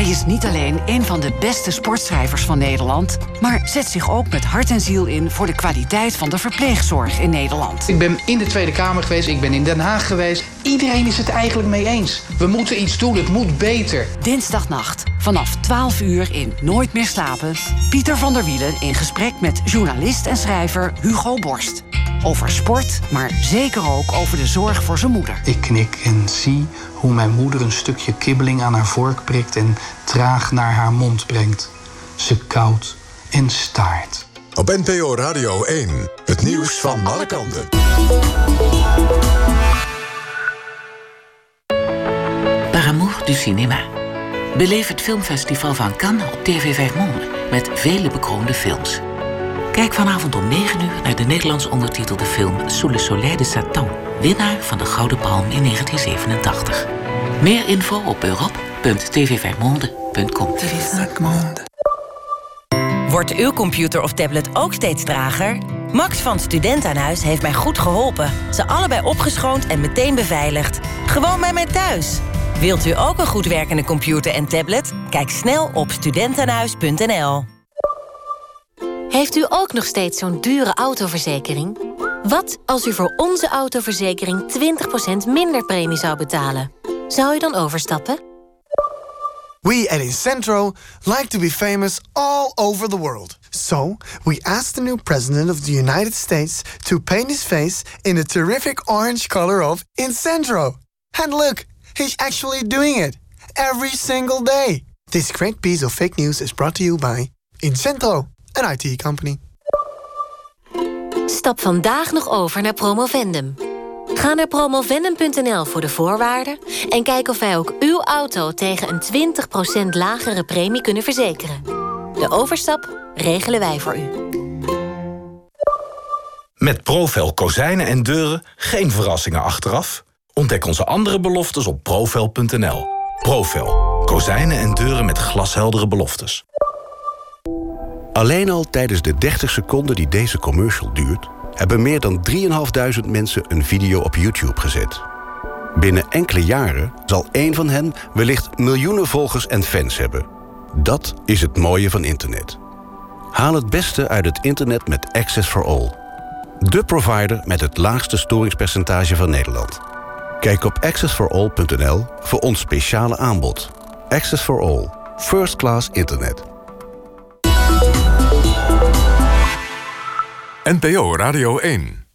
Hij is niet alleen een van de beste sportschrijvers van Nederland, maar zet zich ook met hart en ziel in voor de kwaliteit van de verpleegzorg in Nederland. Ik ben in de Tweede Kamer geweest, ik ben in Den Haag geweest. Iedereen is het eigenlijk mee eens. We moeten iets doen, het moet beter. Dinsdagnacht, vanaf twaalf uur in Nooit meer slapen. Pieter van der Wielen in gesprek met journalist en schrijver Hugo Borst. Over sport, maar zeker ook over de zorg voor zijn moeder. Ik knik en zie hoe mijn moeder een stukje kibbeling aan haar vork prikt en traag naar haar mond brengt. Ze kauwt en staart. Op N P O Radio één, het nieuws van alle kanten. Par amour du cinéma. Beleef het filmfestival van Cannes op T V vijf Monde met vele bekroonde films. Kijk vanavond om negen uur naar de Nederlands ondertitelde film Sous le soleil de Satan, winnaar van de Gouden Palm in negentien zevenentachtig. Meer info op europe punt t v vijf monde punt com. Wordt uw computer of tablet ook steeds trager? Max van Studentenhuis heeft mij goed geholpen. Ze allebei opgeschoond en meteen beveiligd. Gewoon bij mij thuis. Wilt u ook een goed werkende computer en tablet? Kijk snel op studentenhuis punt n l. Heeft u ook nog steeds zo'n dure autoverzekering? Wat als u voor onze autoverzekering twintig procent minder premie zou betalen? Zou u dan overstappen? We at Incentro like to be famous all over the world. So, we asked the new president of the United States to paint his face in the terrific orange color of Incentro. And look, he's actually doing it. Every single day. This great piece of fake news is brought to you by Incentro, an I T company. Stap vandaag nog over naar Promovendum. Ga naar promovendum punt n l voor de voorwaarden en kijk of wij ook uw auto tegen een twintig procent lagere premie kunnen verzekeren. De overstap regelen wij voor u. Met Profel kozijnen en deuren geen verrassingen achteraf. Ontdek onze andere beloftes op profel punt n l. Profel, kozijnen en deuren met glasheldere beloftes. Alleen al tijdens de dertig seconden die deze commercial duurt, hebben meer dan drieduizend vijfhonderd mensen een video op YouTube gezet. Binnen enkele jaren zal één van hen wellicht miljoenen volgers en fans hebben. Dat is het mooie van internet. Haal het beste uit het internet met Access for All. De provider met het laagste storingspercentage van Nederland. Kijk op access for all punt n l voor ons speciale aanbod. Access for All. First class internet. N P O Radio één.